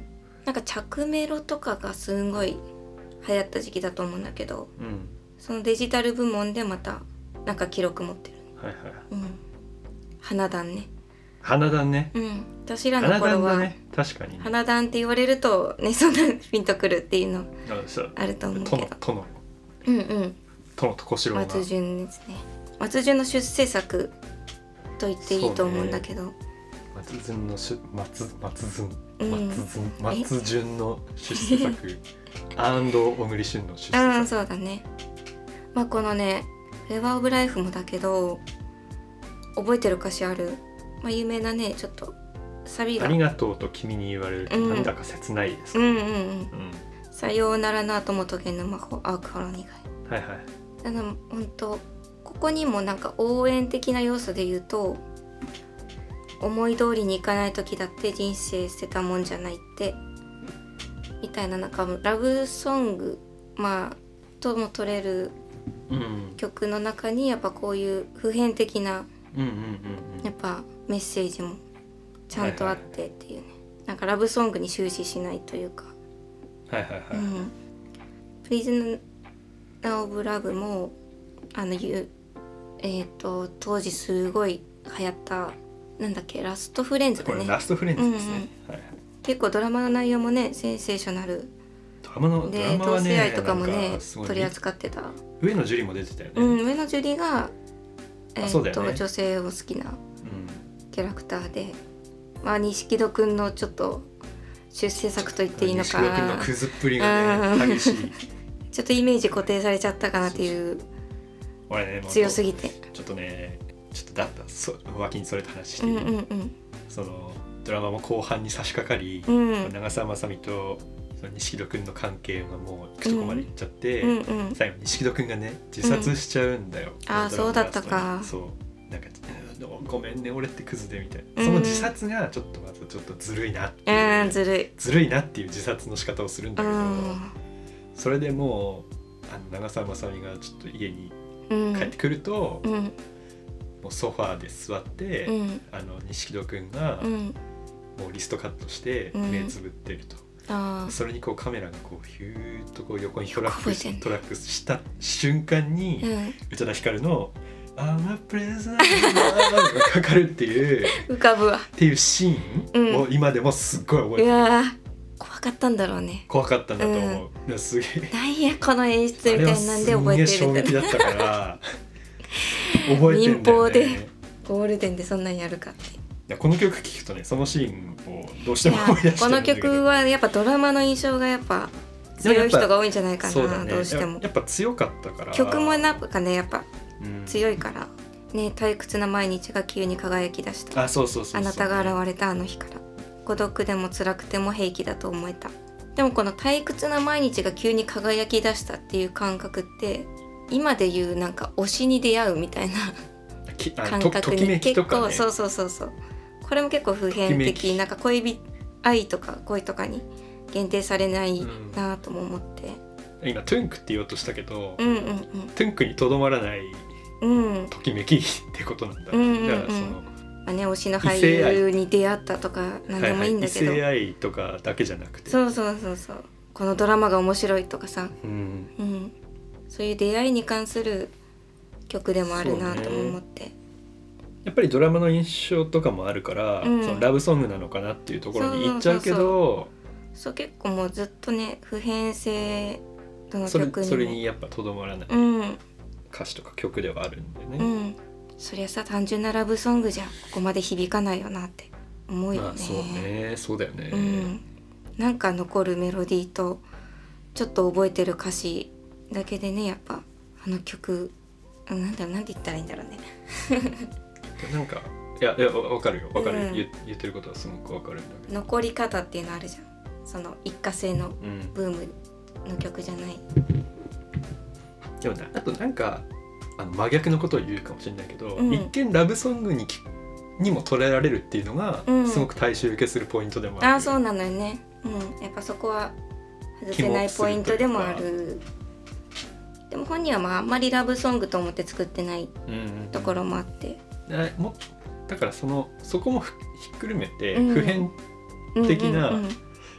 Speaker 2: なんか着メロとかがすごい流行った時期だと思うんだけど、うん、そのデジタル部門でまたなんか記録持ってる。はいはい。うん。花壇ね。
Speaker 1: 花壇ね。
Speaker 2: うん。私らの頃は、ね、
Speaker 1: 確かに、ね、
Speaker 2: 花壇って言われるとね、そんなピンとくるっていうのあると思うけど。
Speaker 1: 殿の。
Speaker 2: うんうん。
Speaker 1: 殿と小四郎が。
Speaker 2: 松潤ですね。松潤の出世作と言っていいと思うんだけど。ね、
Speaker 1: 松潤のし松松潤、うん、松潤松潤の出世作アンド小栗旬の出世作。
Speaker 2: ああそうだね。まあこのねフレーバーオブライフもだけど覚えてる歌詞ある？まあ有名なねちょっとサビが
Speaker 1: ありがとうと君に言われるとなんだか切ないですか、ね、うんうんうん、うん、
Speaker 2: さようならなともとげぬ魔法アークハロ苦い。
Speaker 1: はいはい。
Speaker 2: だから本当ここにもなんか応援的な要素で言うと、思い通りにいかない時だって人生捨てたもんじゃないってみたいななんかラブソングまあとも取れる曲の中にやっぱこういう普遍的なやっぱメッセージもちゃんとあってっていうね、はいはい、なんかラブソングに終始しないというか、
Speaker 1: はいはいはい、うん、
Speaker 2: プリズナーオブラブもあのいうえっ、ー、と当時すごい流行ったなんだっけラストフレンズだね。
Speaker 1: これラストフレンズですね、うんうん
Speaker 2: はいはい、結構ドラマの内容もねセンセーショナル
Speaker 1: ドラマの
Speaker 2: で
Speaker 1: ドラマはね
Speaker 2: 同性愛とかもね取り扱ってた。
Speaker 1: 上野樹里も出てたよね、
Speaker 2: うん、上野樹里が、えーとね、女性を好きなキャラクターで、うん、まあ錦戸くんのちょっと出世作と言っていいのか
Speaker 1: 錦戸くんのクズっぷりがね激しい
Speaker 2: ちょっとイメージ固定されちゃったかなっていう俺ね強すぎて
Speaker 1: ちょっとねちょっとだったそ脇にそれた話していい、うんうんうん、そのドラマも後半に差し掛かり、うん、長澤まさみと錦戸くんの関係がもう行くとこまで行っちゃって、うんうんうん、最後に錦戸くんがね自殺しちゃうんだよ、
Speaker 2: うん、ああそうだったか。
Speaker 1: そうなんかごめんね俺ってクズでみたいな、その自殺がちょっとまずちょっとずるいなっていう、
Speaker 2: うん、ずるい
Speaker 1: ずるいなっていう自殺の仕方をするんだけど、うん、それでもうあの長澤まさみがちょっと家に帰ってくると、うん、もうソファーで座って、うん、あの錦戸くんが、うん、もうリストカットして目つぶってると、うん、それにこうカメラがこうヒューッとこう横にトラックし、トラックした瞬間に、うん、宇多田ヒカルのI'm a prisoner がかかるっていう
Speaker 2: 浮かぶわ
Speaker 1: っていうシーンを今でもすっごい覚えてる、うん、
Speaker 2: いや怖かったんだろうね。
Speaker 1: 怖かったんだと思う、うん、いやすげえ
Speaker 2: なんやこの演出みたいなんで覚えてるんだ。あれはすげえ衝撃だったから覚えてるんだよね。民放でゴールデンでそんなにやるかって。い
Speaker 1: やこの曲聴くとねそのシーンをどうしても思い出しちゃうんだけど、
Speaker 2: この曲はやっぱドラマの印象がやっぱ強い人が多いんじゃないかな。 ど, ね、どうしても
Speaker 1: や, やっぱ強かったから
Speaker 2: 曲もなんかねやっぱ強いから、うん、ね退屈な毎日が急に輝き出した。
Speaker 1: あ、そうそうそうそう、
Speaker 2: あなたが現れたあの日から孤独でも辛くても平気だと思えた。でもこの退屈な毎日が急に輝き出したっていう感覚って今でいうなんか推しに出会うみたいな感覚に結構、ね、そうそうそうそうこれも結構普遍的なんか恋人愛とか恋とかに限定されないなとも思って、
Speaker 1: うん、今トゥンクって言おうとしたけど、
Speaker 2: うんうんうん、
Speaker 1: トゥンクにとどまらないときめきってことなんだ、うんうんうん、だからその、ま
Speaker 2: あね、推しの俳優に出会ったとか何でもいいんだけど、
Speaker 1: はいはい、異性愛とかだけじゃなくて
Speaker 2: そうそうそうそうこのドラマが面白いとかさ、
Speaker 1: うん
Speaker 2: うん、そういう出会いに関する曲でもあるなと思って、ね、
Speaker 1: やっぱりドラマの印象とかもあるから、うん、そのラブソングなのかなっていうところに行っちゃうけど、そうそうそう
Speaker 2: そう、結構もうずっとね普遍性の
Speaker 1: 曲
Speaker 2: に
Speaker 1: そ, それにやっぱとどまらない歌詞とか曲ではあるんでね、
Speaker 2: うん、そりゃさ単純なラブソングじゃここまで響かないよなって思うよね。まあ
Speaker 1: そうね、そうだよね、
Speaker 2: うん、なんか残るメロディーとちょっと覚えてる歌詞だけでねやっぱあの曲なんだろうなんて言ったらいいんだろうね
Speaker 1: なんかいやいや分かるよ分かる、うん、言, 言ってることはすごく分かるんだけど
Speaker 2: 残り方っていうのあるじゃん。その一過性のブームの曲じゃない、うん、
Speaker 1: でもあとなんかあの真逆のことを言うかもしれないけど、うん、一見ラブソングににも捉えられるっていうのが、うん、すごく大衆受けするポイントでもある。
Speaker 2: あ、そうなのよね、うん、やっぱそこは外せないポイントでもある。でも本人はまああんまりラブソングと思って作ってないところもあって、
Speaker 1: うんうんうん、もだからそのそこもひっくるめて普遍的な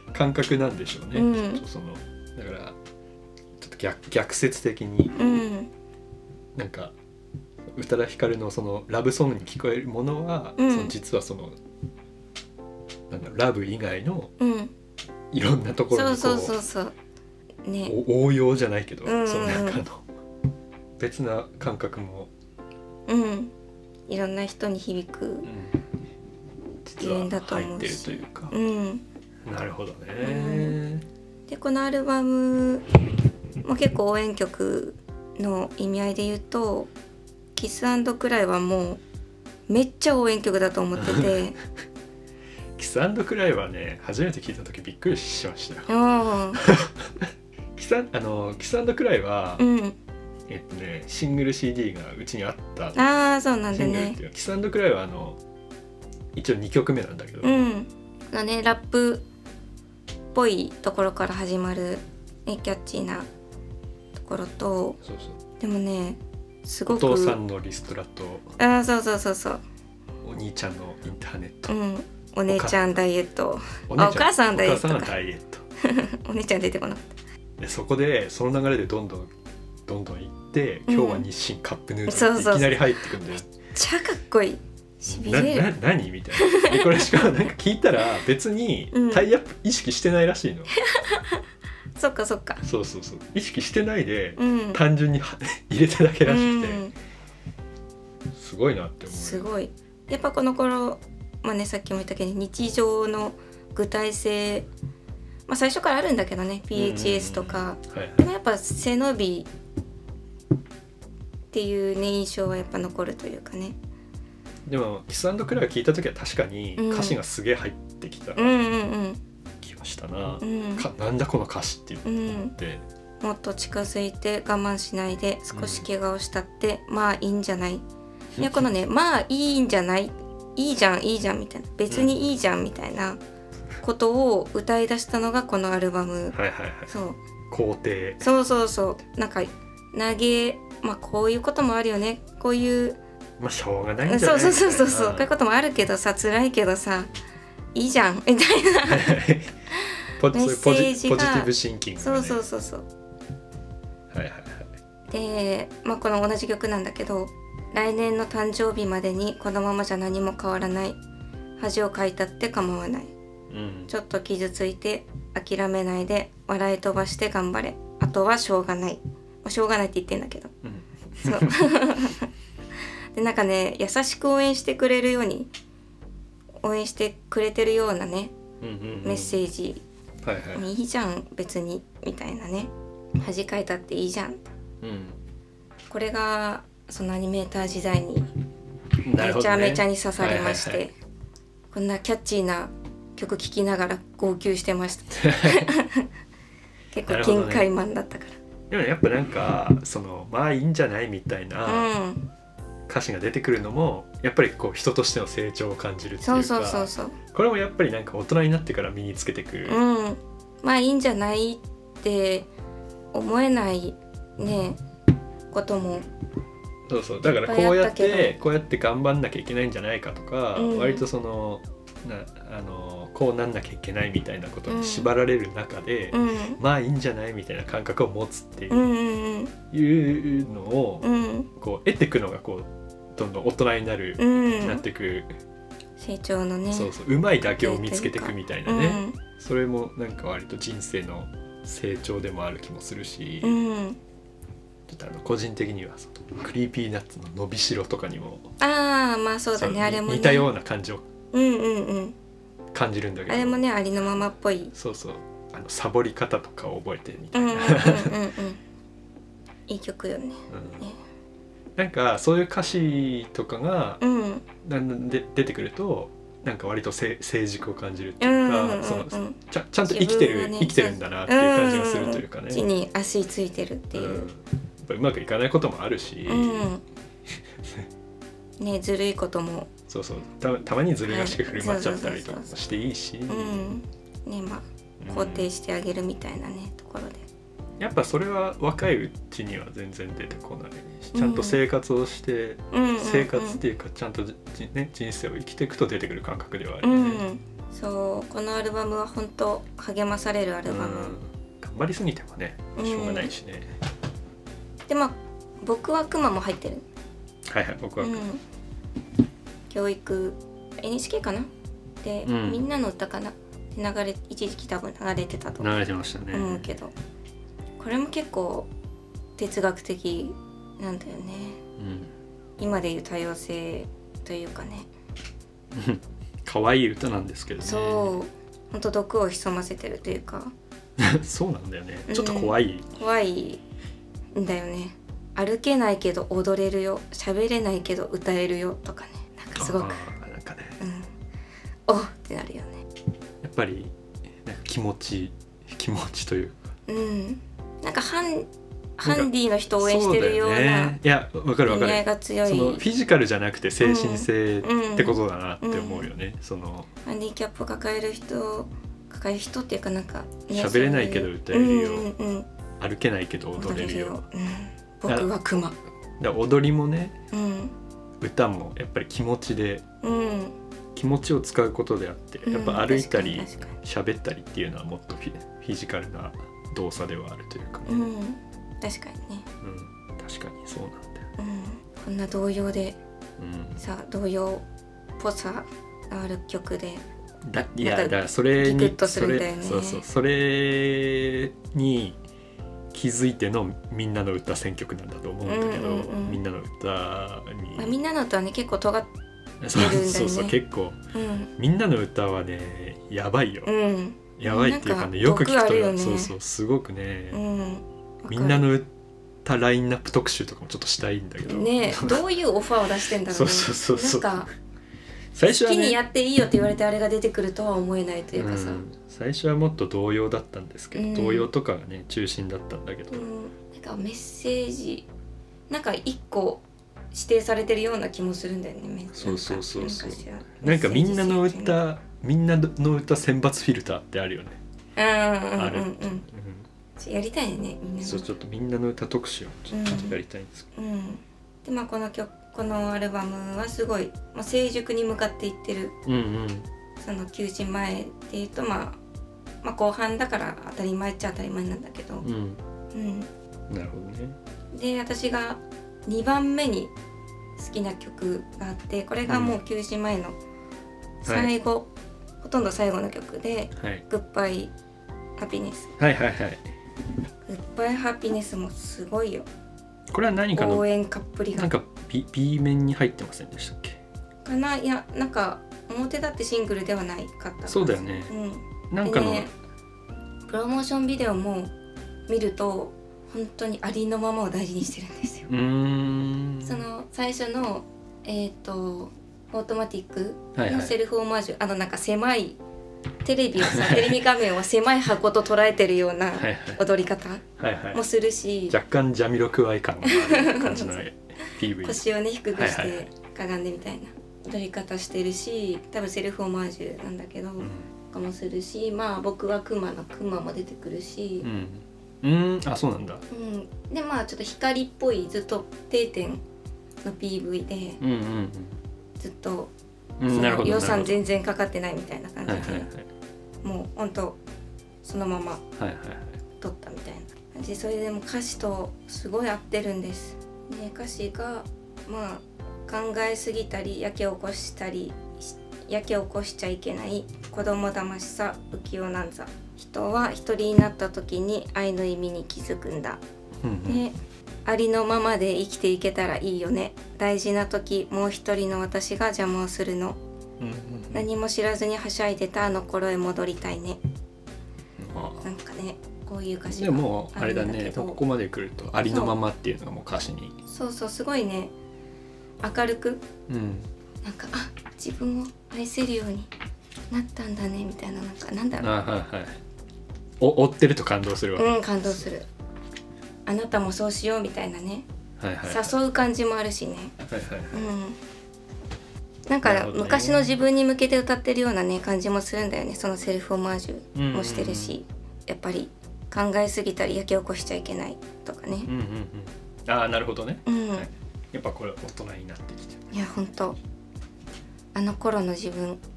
Speaker 1: 感覚なんでしょうね、うん、そのだからちょっと 逆, 逆説的に、うん、なんか宇多田ヒカルのそのラブソングに聞こえるものは、うん、その実はそのなんだろうラブ以外のいろんなところにこう、そうそうそうそうね、応用じゃないけど、うんうん、その中の別な感覚も、
Speaker 2: うん、いろんな人に響く、うん、実は
Speaker 1: 入ってるというか、うん、なるほどね、うん、
Speaker 2: でこのアルバムも結構応援曲の意味合いで言うとキス&クライはもうめっちゃ応援曲だと思ってて
Speaker 1: キス&クライはね初めて聞いた時びっくりしましたよキス、あのキス&クライは、うん、えっとねシングル シーディー がうちにあった。
Speaker 2: ああそうなんだね。
Speaker 1: キス&クライはあの一応にきょくめなんだけど、
Speaker 2: うん、のねラップっぽいところから始まる、ね、キャッチーなところと、そうそうでもねすごく
Speaker 1: お父さんのリストラと、
Speaker 2: あそうそうそうそう
Speaker 1: お兄ちゃんのインターネット、
Speaker 2: うん、お姉ちゃんダイエット、おあお母さんダイエットか、お母
Speaker 1: さんダイエット
Speaker 2: お姉ちゃん出てこなかった。
Speaker 1: でそこでその流れでどんどんどんどんいって今日は日清カップヌードルっていきなり入ってくるんだよ、うん、
Speaker 2: めっちゃかっこいいしびれる
Speaker 1: なな何みたいなでこれしかもなんか聞いたら別にタイアップ意識してないらしいの、うん、
Speaker 2: そっかそっか
Speaker 1: そうそうそう意識してないで、うん、単純に入れただけらしくて、うん、すごいなって思う。
Speaker 2: すごいやっぱこの頃、まあね、さっきも言ったけど日常の具体性まあ、最初からあるんだけどね ピーエイチエス とか、はいはい、でもやっぱ背伸びっていう、ね、印象はやっぱ残るというかね。
Speaker 1: でもキス&クライを聞いた時は確かに歌詞がすげえ入ってきた気はしたな、うんうんうん、かなんだこの歌詞って言って、
Speaker 2: うん、もっと近づいて我慢しないで少し怪我をしたって、うん、まあいいんじゃないいやこのねまあいいんじゃないいいじゃんいいじゃんみたいな別にいいじゃんみたいなことを歌い出したのがこのアルバム、
Speaker 1: はいはいはい、そう肯定
Speaker 2: そうそうそうなんか投げまあこういうこともあるよねこういう
Speaker 1: まあしょうがないんじゃない
Speaker 2: そうそうそうそうこういうこともあるけどさ辛いけどさいいじゃんみたいな
Speaker 1: ポジメッセージがポジティブシンキング、ね、
Speaker 2: そうそうそうそう
Speaker 1: はいはいはい
Speaker 2: で、まあ、この同じ曲なんだけど来年の誕生日までにこのままじゃ何も変わらない恥をかいたって構わないうん、ちょっと傷ついて諦めないで笑い飛ばして頑張れあとはしょうがないしょうがないって言ってんだけど、うん、そうでなんかね優しく応援してくれるように応援してくれてるようなね、うんうんうん、メッセージ、はいはい、いいじゃん別にみたいなね恥かいたっていいじゃん、うん、これがそのアニメーター時代にめちゃめちゃに刺されまして、ねはいはいはい、こんなキャッチーな曲聴きながら号泣してました結構限界マンだったから、ね、
Speaker 1: でもやっぱなんかそのまあいいんじゃないみたいな歌詞が出てくるのもやっぱりこう人としての成長を感じるっていうかそうそうそうそうこれもやっぱりなんか大人になってから身につけてくる、
Speaker 2: うん、まあいいんじゃないって思えないねことも
Speaker 1: そうそうだからこうやってこうやって頑張んなきゃいけないんじゃないかとか、うん、割とそのなあのこうなんなきゃいけないみたいなことに縛られる中で、うん、まあいいんじゃないみたいな感覚を持つっていう、うんうん、いうのを、うん、こう得ていくのがこうどんどん大人になる、うん、なっていく
Speaker 2: 成長のね
Speaker 1: そうそううまいだけを見つけていくみたいなね、うん、それもなんか割と人生の成長でもある気もするし、うん、ちょっとあの個人的にはそのクリーピーナッツの伸びしろとかにも
Speaker 2: ああまあそうだねあれもね
Speaker 1: 似たような感じを
Speaker 2: うんうんうん
Speaker 1: 感じるんだけど
Speaker 2: あれもねありのままっぽい
Speaker 1: そうそうあのサボり方とかを覚えてみたいな、うんうんうんうん、
Speaker 2: いい曲よね、うんね、
Speaker 1: なんかそういう歌詞とかが、うん、なんで出てくるとなんか割と成熟を感じるっていうか、うんうんうんうん、そのちゃ、ちゃんと生きてる、ね、生きてるんだなっていう感じがするというかね
Speaker 2: 地に足ついてるっていう、うん、やっ
Speaker 1: ぱうまくいかないこともあるし、うん
Speaker 2: ね、ずるいことも
Speaker 1: そうそう た, たまにずる賢く振る舞っちゃったりとかしていいし、
Speaker 2: うんねまあ、肯定してあげるみたいなね、うん、ところで
Speaker 1: やっぱそれは若いうちには全然出てこないしちゃんと生活をして、うん、生活っていうかちゃんと、ね、人生を生きていくと出てくる感覚ではあるよね、うん、
Speaker 2: そうこのアルバムは本当励まされるアルバム、うん、
Speaker 1: 頑張りすぎてもねしょうがないしね、
Speaker 2: うん、でまあ僕はクマも入ってる。
Speaker 1: はいはい僕は、うん、
Speaker 2: 教育 エヌエイチケー かなで、うん、みんなの歌かな流れ一時期多分流れてたと
Speaker 1: 流れてましたね
Speaker 2: 思うけど、これも結構哲学的なんだよね、うん、今でいう多様性というかね
Speaker 1: 可愛い歌なんですけどね。
Speaker 2: そう本当毒を潜ませてるというか
Speaker 1: そうなんだよね、ちょっと怖い、
Speaker 2: うん、怖いんだよね。歩けないけど踊れるよ、喋れないけど歌えるよとかね、なんかすごく
Speaker 1: なんかね、
Speaker 2: うん、おってなるよね。
Speaker 1: やっぱりなんか気持ち気持ちというか、
Speaker 2: うん、なんかハンハンディの人を応援してるような、ね、
Speaker 1: いやわかるわかる、
Speaker 2: が強い
Speaker 1: そのフィジカルじゃなくて精神性ってことだなって思うよね、うんうん、その
Speaker 2: ハンディキャップを抱える人抱える人っていうかなんか
Speaker 1: 喋れないけど歌えるよ、うんうんうん、歩けないけど踊れるよ、
Speaker 2: うん、僕はクマ
Speaker 1: だ踊りもね、
Speaker 2: うん、
Speaker 1: 歌もやっぱり気持ちで、
Speaker 2: うん、
Speaker 1: 気持ちを使うことであって、やっぱ歩いたり喋ったりっていうのはもっとフ ィ, フィジカルな動作ではあるというかね、
Speaker 2: うん、確かにね、
Speaker 1: うん、確かにそうなんだよ、
Speaker 2: うん、こんな童謡で、うん、さ童謡っぽさがある曲で
Speaker 1: だいやだからそれに
Speaker 2: ギクッとするんだよね。
Speaker 1: そうそうそれに気づいてのみんなの歌選曲なんだと思うんだけど、うんうんうん、みんなの歌に、
Speaker 2: まあ、みんなの歌はね結構尖ってるんだよね。
Speaker 1: そうそうそう結構、うん、みんなの歌はねやばいよ、
Speaker 2: うん、
Speaker 1: やばいっていうかねよく聞くと、ね、そうそうすごくね、うん、みんなの歌ラインナップ特集とかもちょっとしたいんだけど
Speaker 2: ねどういうオファーを出してんだろうね。そうそうそうそうなんか
Speaker 1: 最初はね、
Speaker 2: 好きにやっていいよって言われてあれが出てくるとは思えないというかさ、うん、
Speaker 1: 最初はもっと童謡だったんですけど、うん、童謡とかがね中心だったんだけど、うん、
Speaker 2: なんかメッセージなんか一個指定されてるような気もするんだよね。
Speaker 1: そうそうそうそうなんかみんなの歌みんなの歌選抜フィルターってあるよね。
Speaker 2: うんうんうんうん、ある、うん、やりたいねみんなの。
Speaker 1: そうちょっとみんなの歌特集をちょっとやりたいんですけど、
Speaker 2: うんうん、でまあこの曲このアルバムはすごい、まあ、成熟に向かっていってる、
Speaker 1: うんうん、
Speaker 2: その休止前っていうと、まあ、まあ後半だから当たり前っちゃ当たり前なんだけど、うん
Speaker 1: うん、なるほどね。
Speaker 2: で私がにばんめに好きな曲があって、これがもう休止前の最後、うんはい、ほとんど最後の曲で、はい、グッバイハピネス、
Speaker 1: はいはいはい、
Speaker 2: グッバイハピネスもすごいよ。
Speaker 1: これは何かの
Speaker 2: 応援カップリが
Speaker 1: なんか B, B 面に入ってませんでしたっけ
Speaker 2: かな。いやなんか表だってシングルではないかった。
Speaker 1: そうだよね、うん、なんかの、ね、
Speaker 2: プロモーションビデオも見ると本当にありのままを大事にしてるんですよ。
Speaker 1: うーん
Speaker 2: その最初のえっ、ー、とオートマティックのセルフオマージュ、はいはい、あのなんか狭いテレビをさテレビ画面を狭い箱と捉えてるような踊り方もするし、はいはい、
Speaker 1: 若干ジャミロクワイ感がある感じの ピーブイ
Speaker 2: 腰をね低くしてかがんでみたいな踊り方してるし、多分セルフオマージュなんだけど、うん、かもするし、まあ僕はクマのクマも出てくるし、
Speaker 1: うんうんあそうなんだ、
Speaker 2: うん、でまあちょっと光っぽいずっと定点の ピーブイ で、
Speaker 1: うんうんうん、
Speaker 2: ずっと
Speaker 1: うん、
Speaker 2: その予算全然かかってないみたいな感じで、
Speaker 1: はいはいはい、
Speaker 2: もうほんとそのまま撮ったみたいな感じで、それでも歌詞とすごい合ってるんです。で歌詞がまあ考えすぎたりやけ起こしたりやけ起こしちゃいけない子供騙しさ浮世なんざ、人は一人になった時に愛の意味に気づくんだ、うんうん、でありのままで生きていけたらいいよね、大事な時もう一人の私が邪魔をするの、うんうんうん、何も知らずにはしゃいでたあの頃へ戻りたいね、うん、なんかねこういう歌詞があるんだけど、
Speaker 1: でもあれだねここまで来るとありのままっていうのがもう歌詞に
Speaker 2: そうそうすごいね明るく、
Speaker 1: うん、
Speaker 2: なんかあ自分を愛せるようになったんだねみたいな、なんかなんだろう、
Speaker 1: あ、はいはい、お追ってると感動するわ。
Speaker 2: うん感動する。あなたもそうしようみたいなね、
Speaker 1: はいはい、
Speaker 2: 誘う感じもあるしね、
Speaker 1: はいはいはい、
Speaker 2: うん、なんか昔の自分に向けて歌ってるようなね感じもするんだよね。そのセルフオマージュもしてるし、うんうんうん、やっぱり考えすぎたりやけ起こしちゃいけないとかね、
Speaker 1: うんうんうん、ああなるほどね、
Speaker 2: うん
Speaker 1: はい、やっぱこれ大人になってきて、
Speaker 2: いやほんとあの頃の自分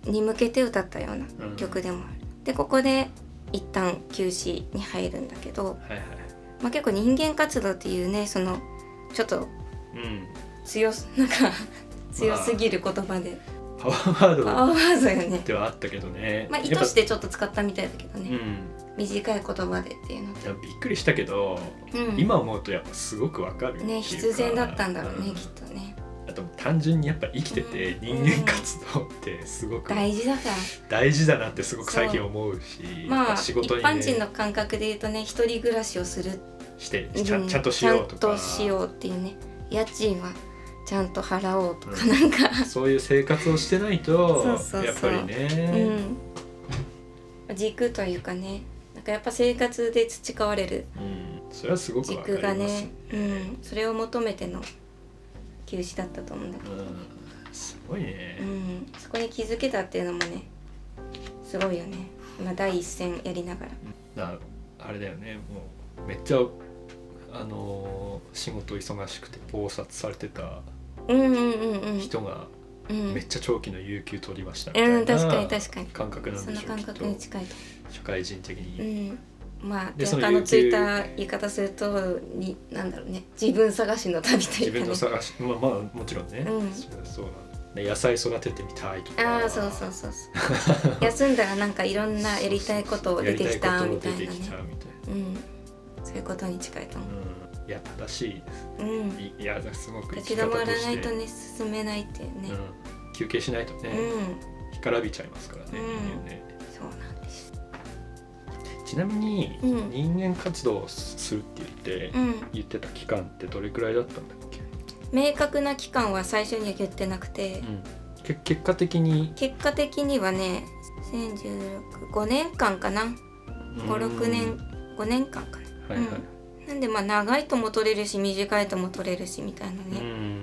Speaker 2: に向けて歌ったような曲でもある、うん、でここで一旦休止に入るんだけど、はいはい、まあ、結構人間活動っていうねそのちょっと強、うん、なんか強すぎる言葉で、
Speaker 1: まあ、パワーワード
Speaker 2: パワーワードよね
Speaker 1: ではあったけどね、
Speaker 2: まあ、意図してちょっと使ったみたいだけどね、うん、短い言葉でっていうの
Speaker 1: いやびっくりしたけど、うん、今思うとやっぱすごくわかる
Speaker 2: ね、必然だったんだろうね、うん、きっとね。
Speaker 1: あと単純にやっぱ生きてて人間活動ってすごく
Speaker 2: 大事だから
Speaker 1: 大事だなってすごく最近思うし、
Speaker 2: まあ仕事に、ね、一般人の感覚で言うとね一人暮らしをする
Speaker 1: してちゃん、ちゃんとしようとか
Speaker 2: ちゃんとしようっていうね、家賃はちゃんと払おうとかなんか、
Speaker 1: うん、そういう生活をしてないとそうそうそうやっぱりね、
Speaker 2: うん、軸というかね、なんかやっぱ生活で培われる、
Speaker 1: うん、それはすごくわかります。
Speaker 2: 軸がね、うん、それを求めての休止だったと思うんだけど、うん、
Speaker 1: すごいね、
Speaker 2: うん、そこに気づけたっていうのもねすごいよね。今第一線やりながら、
Speaker 1: なあれだよね、もうめっちゃあのー、仕事忙しくて忙殺されてた人がめっちゃ長期の有給取りましたみたいな、うん、確かに確かに感覚なんでしょう。
Speaker 2: その感覚に近いと
Speaker 1: 社会人的に、
Speaker 2: うん、まあで他のついた言い方するとになんだろうね、自分探しの旅というかね、
Speaker 1: 自分の探し、まあまあもちろんね、うん、そうなんだ、野菜育ててみたいとか、
Speaker 2: ああそうそうそうそう休んだらなんかいろんなやりたいことを出てきたみたいなね、うん、そういうことに近いと思う、
Speaker 1: うん、いや正しいです、うん、い, いやすごく生
Speaker 2: き方として立ち止まらないとね進めないっていうね、
Speaker 1: うん、休憩しないとね、うん、干からびちゃいますからね、うん
Speaker 2: ね、そうなんです。
Speaker 1: ちなみに、うん、人間活動をするって言って、うん、言ってた期間ってどれくらいだったんだっけ？
Speaker 2: 明確な期間は最初には言ってなくて、うん、
Speaker 1: け結果的に
Speaker 2: 結果的にはねせんじゅうろく、ごねんかんかな、ご、ろくねん、ごねんかんかな、はいはい、うん、なんでまあ長いとも取れるし短いとも取れるしみたいなね、
Speaker 1: うん、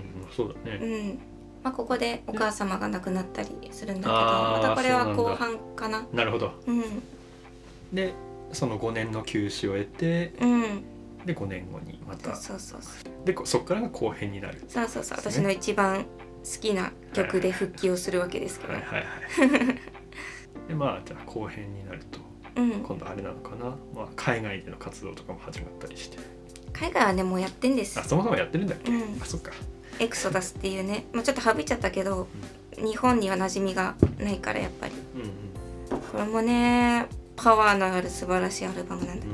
Speaker 1: そうだね、うん、
Speaker 2: まあ、ここでお母様が亡くなったりするんだけど、またこれは後半かな。
Speaker 1: なるほど、うん、でそのごねんの休止を得て、うん、でごねんごにまた
Speaker 2: そうそうそう
Speaker 1: でそこからが後編になる、ね、
Speaker 2: そうそうそう、私の一番好きな曲で復帰をするわけですけど、はいはいはい
Speaker 1: でまあじゃあ後編になると、うん、今度あれなのかな、まあ、海外での活動とかも始まったりして。
Speaker 2: 海外はねもうやってんです。
Speaker 1: あ、そもそもやってるんだっけ、うん、あ、そっか。
Speaker 2: エクソダスっていうね、まあ、ちょっと省いちゃったけど、うん、日本には馴染みがないからやっぱり、うんうん、これもねパワーのある素晴らしいアルバムなんだけど、うんうん、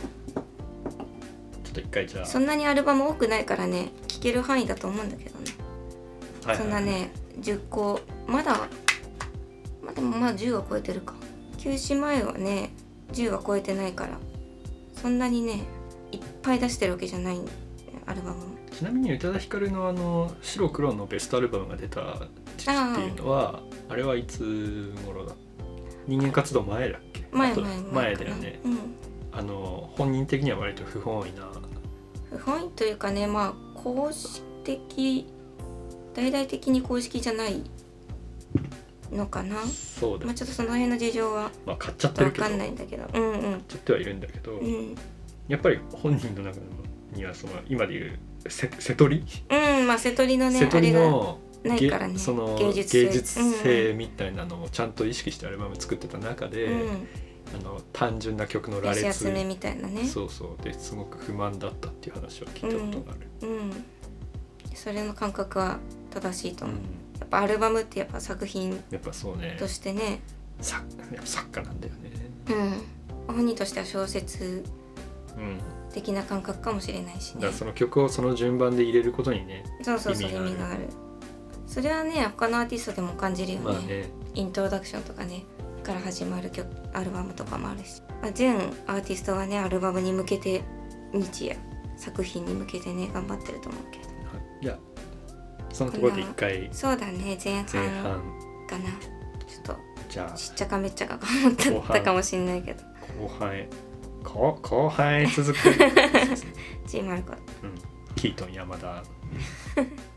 Speaker 1: ちょっと一回じゃあ
Speaker 2: そんなにアルバム多くないからね聴ける範囲だと思うんだけどね、はいはいはい、そんなねじゅっこまだまあでもまあじゅうは超えてるか、休止前はねじゅうは超えてないからそんなにねいっぱい出してるわけじゃないアルバム。
Speaker 1: ちなみに宇多田ヒカルのあの白黒のベストアルバムが出た時期っていうのは あ, あれはいつ頃だ？人間活動前だっけ？
Speaker 2: 前前前
Speaker 1: 前だよね、うん、あの本人的には割と不本意な
Speaker 2: 不本意というかね、まあ公式的大々的に公式じゃないのかな。
Speaker 1: そうだ、
Speaker 2: まあ、ちょっとその辺の事情は
Speaker 1: まあ買っちゃってるけど
Speaker 2: 分かんないんだけど、うんうん、買っ
Speaker 1: ちゃってはいるんだけど、うん、やっぱり本人の中にはその今でいうせ瀬戸り、
Speaker 2: うん、まあ瀬戸りのね
Speaker 1: 瀬戸りの
Speaker 2: ないからね、
Speaker 1: その芸術性、芸術性みたいなのをちゃんと意識してアルバム作ってた中で、うん、あの単純な曲の羅列
Speaker 2: 安めみたいなね、
Speaker 1: そうそうですごく不満だったっていう話は聞いたことがある、
Speaker 2: うんうん、それの感覚は正しいと思う、うん、やっぱアルバムってやっぱ作品
Speaker 1: やっぱそうね
Speaker 2: としてね
Speaker 1: 作, 作家なんだよね、
Speaker 2: うん、本人としては小説的な感覚かもしれないしね、
Speaker 1: だからその曲をその順番で入れることにね
Speaker 2: そうそうそう意味がある。それはね他のアーティストでも感じるよね、まあね、イントロダクションとかねから始まる曲アルバムとかもあるし、まあ、全アーティストはねアルバムに向けて日夜作品に向けてね頑張ってると思うけど、
Speaker 1: いやそのところで一回
Speaker 2: そうだね前半かな、ちょっとじゃあちっちゃかめっちゃかかもったかもしれないけど
Speaker 1: 後半へ後, 後半へ続く
Speaker 2: チームあるか、
Speaker 1: うん、キートン山田